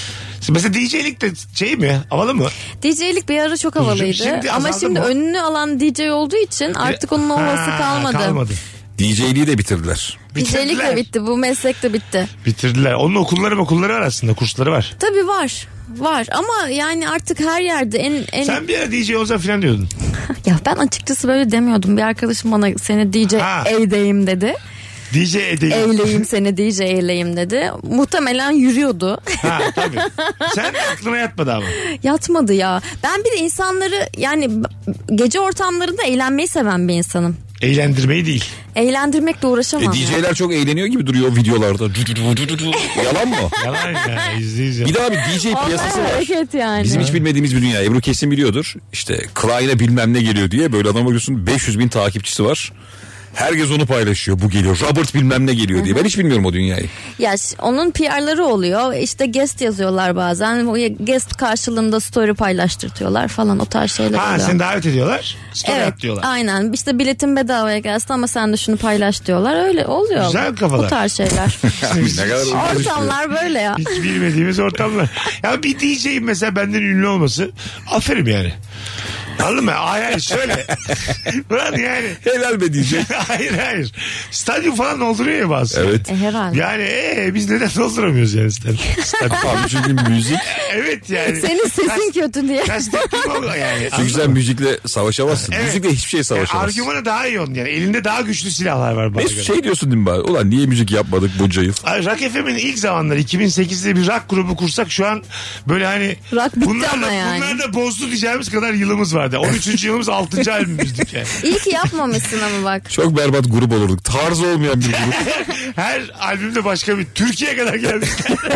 Speaker 4: Mesela DJ'lik de şey mi? Havalı mı?
Speaker 5: DJ'lik bir ara çok havalıydı. Ama şimdi önünü alan DJ olduğu için artık onun olması kalmadı.
Speaker 6: DJ'liği de bitirdiler.
Speaker 5: DJ'lik de bitti. Bu meslek de bitti.
Speaker 4: Bitirdiler. Onun okulları var aslında. Kursları var.
Speaker 5: Tabii var. Var ama yani artık her yerde en...
Speaker 4: Sen bir ara DJ olsan falan diyordun.
Speaker 5: Ya ben açıkçası böyle demiyordum. Bir arkadaşım bana seni DJ edeyim dedi.
Speaker 4: DJ edeyim.
Speaker 5: Eyleyim seni DJ eyleyim dedi. Muhtemelen yürüyordu.
Speaker 4: Ha tabii. Sen aklına yatmadı ama.
Speaker 5: Yatmadı ya. Ben bir de insanları yani gece ortamlarında eğlenmeyi seven bir insanım.
Speaker 4: Eğlendirmeyi değil.
Speaker 5: Eğlendirmekle uğraşamam.
Speaker 6: DJ'ler çok eğleniyor gibi duruyor videolarda. Yalan mı?
Speaker 4: Yalan ya. İzleyeceğim.
Speaker 6: Bir daha bir DJ piyasası var.
Speaker 5: Hareket yani.
Speaker 6: Bizim hiç bilmediğimiz bir dünya. Ebru kesin biliyordur. İşte Klein'e bilmem ne geliyor diye böyle adam bakıyorsun 500.000 takipçisi var. Herkes onu paylaşıyor. Bu geliyor. Robert bilmem ne geliyor diye. Ben hiç bilmiyorum o dünyayı.
Speaker 5: Ya onun PR'ları oluyor. İşte guest yazıyorlar bazen. O guest karşılığında story paylaştırtıyorlar falan. O tarz şeyler oluyor.
Speaker 4: Seni davet ediyorlar. Story
Speaker 5: evet,
Speaker 4: at diyorlar.
Speaker 5: Aynen. İşte biletin bedavaya gelsin ama sen de şunu paylaş diyorlar. Öyle oluyor.
Speaker 4: Güzel kafalar.
Speaker 5: O tarz şeyler.
Speaker 6: Ne kadar
Speaker 5: ortamlar böyle ya.
Speaker 4: Hiç bilmediğimiz ortamlar. Ya bir DJ'in mesela benden ünlü olması aferin yani. Anladın mı? Hayır şöyle. Ulan yani.
Speaker 6: Helal be diyecek.
Speaker 4: Hayır. Stadyum falan dolduruyor ya bazı.
Speaker 6: Evet.
Speaker 5: Herhalde.
Speaker 4: Yani biz neden dolduramıyoruz yani stadyum?
Speaker 6: Abi çünkü müzik.
Speaker 4: Evet yani.
Speaker 5: Senin sesin kötü diye.
Speaker 4: Kastettiğim o yani.
Speaker 6: Çünkü sen müzikle savaşamazsın. Evet. Müzikle hiçbir şey savaşamazsın.
Speaker 4: Argümanı daha iyi onun yani. Elinde daha güçlü silahlar var.
Speaker 6: Mesut şey diyorsun değil mi bari? Ulan niye müzik yapmadık bunca yıl?
Speaker 4: Rock FM'in ilk zamanları 2008'de bir rock grubu kursak şu an böyle hani
Speaker 5: rock bitti ama yani.
Speaker 4: Bunlar da bozdu diyeceğimiz kadar yılımız vardı. 13. yılımız 6. albümümüzdük yani.
Speaker 5: İyi ki yapmamışsın ama bak.
Speaker 6: Çok berbat grup olurduk. Tarzı olmayan bir grup.
Speaker 4: Her albümde başka bir Türkiye'ye kadar geldik.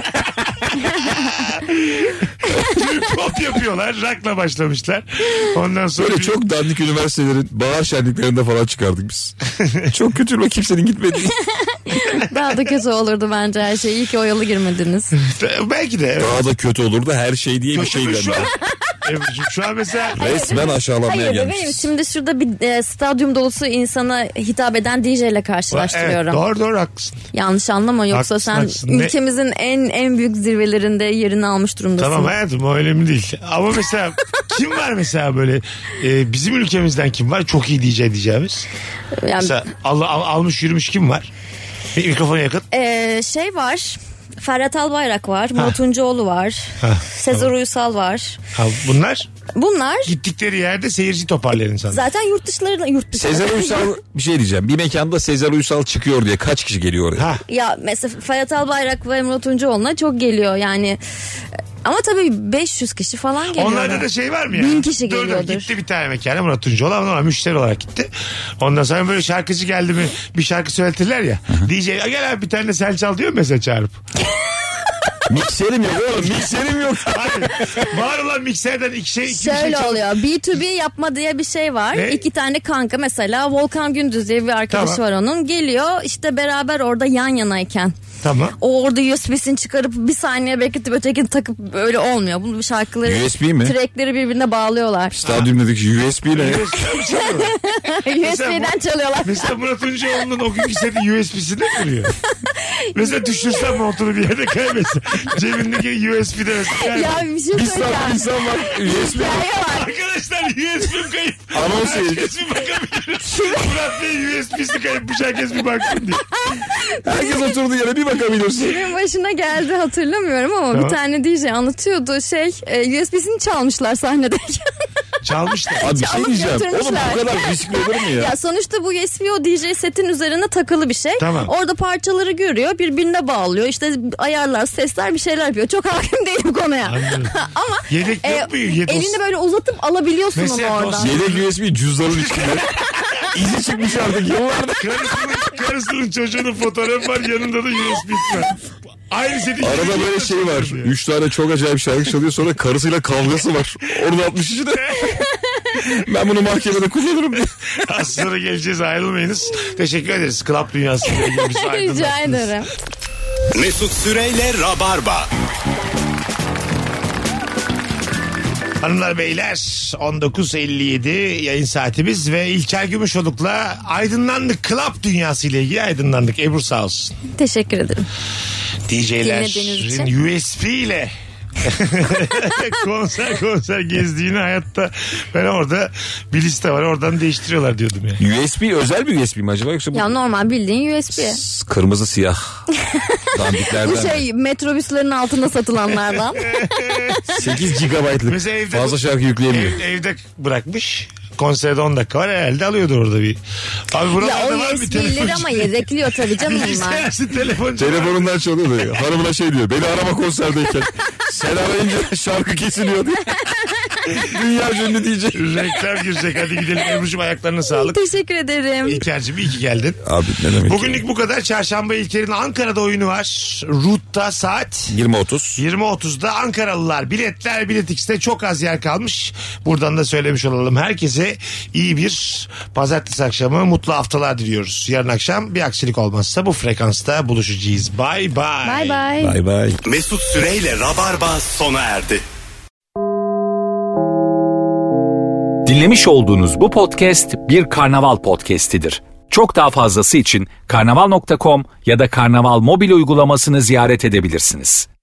Speaker 4: Türk pop yapıyorlar. Rock'la başlamışlar. Ondan sonra
Speaker 6: böyle çok dandik üniversitelerin bahar şenliklerinde falan çıkardık biz. Çok kötü ve kimsenin gitmediği.
Speaker 5: Daha da kötü olurdu bence her şey. İyi ki o yola girmediniz.
Speaker 4: Belki de. Evet.
Speaker 6: Daha da kötü olurdu her şey diye bir şey dendi.
Speaker 4: Şu an mesela
Speaker 6: resmen aşağılamaya gelmiş.
Speaker 5: Hayır şimdi şurada bir stadyum dolusu insana hitap eden DJ ile karşılaştırıyorum.
Speaker 4: Evet, doğru haklısın.
Speaker 5: Yanlış anlama yoksa
Speaker 4: haklısın.
Speaker 5: Sen ülkemizin en büyük zirvelerinde yerini almış durumdasın.
Speaker 4: Tamam hayatım o önemli değil. Ama mesela kim var mesela böyle bizim ülkemizden kim var? Çok iyi DJ diyeceğimiz. Yani, mesela almış yürümüş kim var? Mikrofona yakın.
Speaker 5: Şey var. Ferhat Albayrak var. Murat Tuncuoğlu var. Sezer Uysal var. Bunlar
Speaker 4: gittikleri yerde seyirci toparlayan insanlar.
Speaker 5: Zaten yurt dışı.
Speaker 6: Sezer Uysal bir şey diyeceğim. Bir mekanda Sezer Uysal çıkıyor diye kaç kişi geliyor oraya?
Speaker 5: Ya mesela Ferhat Albayrak ve Murat Tuncuoğlu'na çok geliyor yani. Ama tabii 500 kişi falan geliyor.
Speaker 4: Onlarda da şey var mı ya?
Speaker 5: 1000 kişi geliyordur.
Speaker 4: Gitti bir tane mekana Murat Tuncuoğlu ama müşteri olarak gitti. Ondan sonra böyle şarkıcı geldi mi bir şarkı söyletirler ya. DJ gel abi bir tane de sel çal diyor mesela çağırıp.
Speaker 6: Mikserim yok oğlum mikserim yok.
Speaker 4: Var olan mikserden iki şey
Speaker 5: oluyor. B2B yapma diye bir şey var. Ne? 2 tane kanka mesela Volkan Gündüz diye bir arkadaşı var onun. Geliyor işte beraber orada yan yanayken.
Speaker 4: Tamam.
Speaker 5: O orada USB'sini çıkarıp bir saniye bekletip ötekini takıp böyle olmuyor. Bunu şarkıları
Speaker 6: USB mi?
Speaker 5: Trackleri birbirine bağlıyorlar.
Speaker 6: Stadyumdaki USB ne?
Speaker 5: USB'den çalıyorlar.
Speaker 4: Mesela Murat Tuncuoğlu'nun o günkü senin USB'sini kuruyor. Mesela düşürsen montunu bir yere kaybetsin. Cebindeki USB'de mesela.
Speaker 5: Ya bir şey söyleyeceğim.
Speaker 6: İnsan var. USB
Speaker 5: var.
Speaker 4: Arkadaşlar USB'm kayıp.
Speaker 6: Anons
Speaker 4: herkes bir bakabilir. Murat Bey USB'si kayıp. Herkes bir baksın diye.
Speaker 6: Herkes oturduğu yere bir bakabilirsin.
Speaker 5: Benim başına geldi hatırlamıyorum ama bir tane DJ anlatıyordu USB'sini çalmışlar sahnedeyken.
Speaker 4: Çalmışlar.
Speaker 6: Abi bir şey diyeceğim. Oğlum bu kadar riskli olur mu ya?
Speaker 5: Ya sonuçta bu USB o DJ setin üzerine takılı bir şey.
Speaker 4: Tamam.
Speaker 5: Orada parçaları görüyor birbirine bağlıyor. İşte ayarlar sesler bir şeyler yapıyor. Çok hakim değil bu konuya. Ama
Speaker 4: yedek yok mu?
Speaker 5: Elini böyle uzatıp alabiliyorsun mesela onu oradan.
Speaker 6: Yedek USB cüzdanın içinde. İzi çıkmış artık yıllardır.
Speaker 4: Karısının çocuğunun fotoğrafı var yanında da USB'si var. Aynı senin
Speaker 6: arada böyle şey var. 3 tane çok acayip şarkı çalıyor sonra karısıyla kavgası var. Orada 60 içinde. Ben bunu mahkemede kullanırım diye.
Speaker 4: Az sonra geleceğiz ayrılmayınız. Teşekkür ederiz. Club dünyasıyla ilgili bizi aydınlattınız.
Speaker 5: Rica ederim.
Speaker 2: Mesut Süreyle Rabarba.
Speaker 4: Hanımlar beyler 19.57 yayın saatimiz ve İlker Gümüşoluk'la aydınlandık. Club dünyası ile ilgili aydınlandık. Ebru sağ olsun.
Speaker 5: Teşekkür ederim.
Speaker 4: DJ'lerin USB ile konser gezdiğini hayatta ben orada bir liste var oradan değiştiriyorlar diyordum yani.
Speaker 6: USB özel bir USB mi acaba yoksa bu?
Speaker 5: Ya normal bildiğin USB.
Speaker 6: Kırmızı siyah. Dandiklerden.
Speaker 5: Bu metrobüslerin altında satılanlardan.
Speaker 6: 8 GB'lık. Fazla şarkı yükleyemiyor.
Speaker 4: Evde bırakmış. Konserde 10 dakika var herhalde alıyordur orada bir. Abi buralarda var bir telefon.
Speaker 5: Ya o ama yedekliyor tabii canım bunlar.
Speaker 6: Telefonundan çalıyor ya. Hanımına şey diyor. Beni arama konserdeyken. Sen arayınca şarkı kesiliyor diye. Dünya ünlü diyecek.
Speaker 4: Reklam girecek. Hadi gidelim. Ebru'cum ayaklarına sağlık.
Speaker 5: Teşekkür ederim.
Speaker 4: İlker'cim iyi ki geldin.
Speaker 6: Abi ne demek.
Speaker 4: Bugünlük bu kadar. Çarşamba İlker'in Ankara'da oyunu var. Root'ta saat
Speaker 6: 20.30.
Speaker 4: 20.30'da Ankaralılar. Biletler Bilet X'te çok az yer kalmış. Buradan da söylemiş olalım. Herkese iyi bir pazartesi akşamı mutlu haftalar diliyoruz. Yarın akşam bir aksilik olmazsa bu frekansta buluşacağız. Bye bye.
Speaker 5: Bye bye.
Speaker 6: Bye bye.
Speaker 2: Mesut Süreyle Rabarba sona erdi.
Speaker 1: Dinlemiş olduğunuz bu podcast bir karnaval podcastidir. Çok daha fazlası için karnaval.com ya da karnaval mobil uygulamasını ziyaret edebilirsiniz.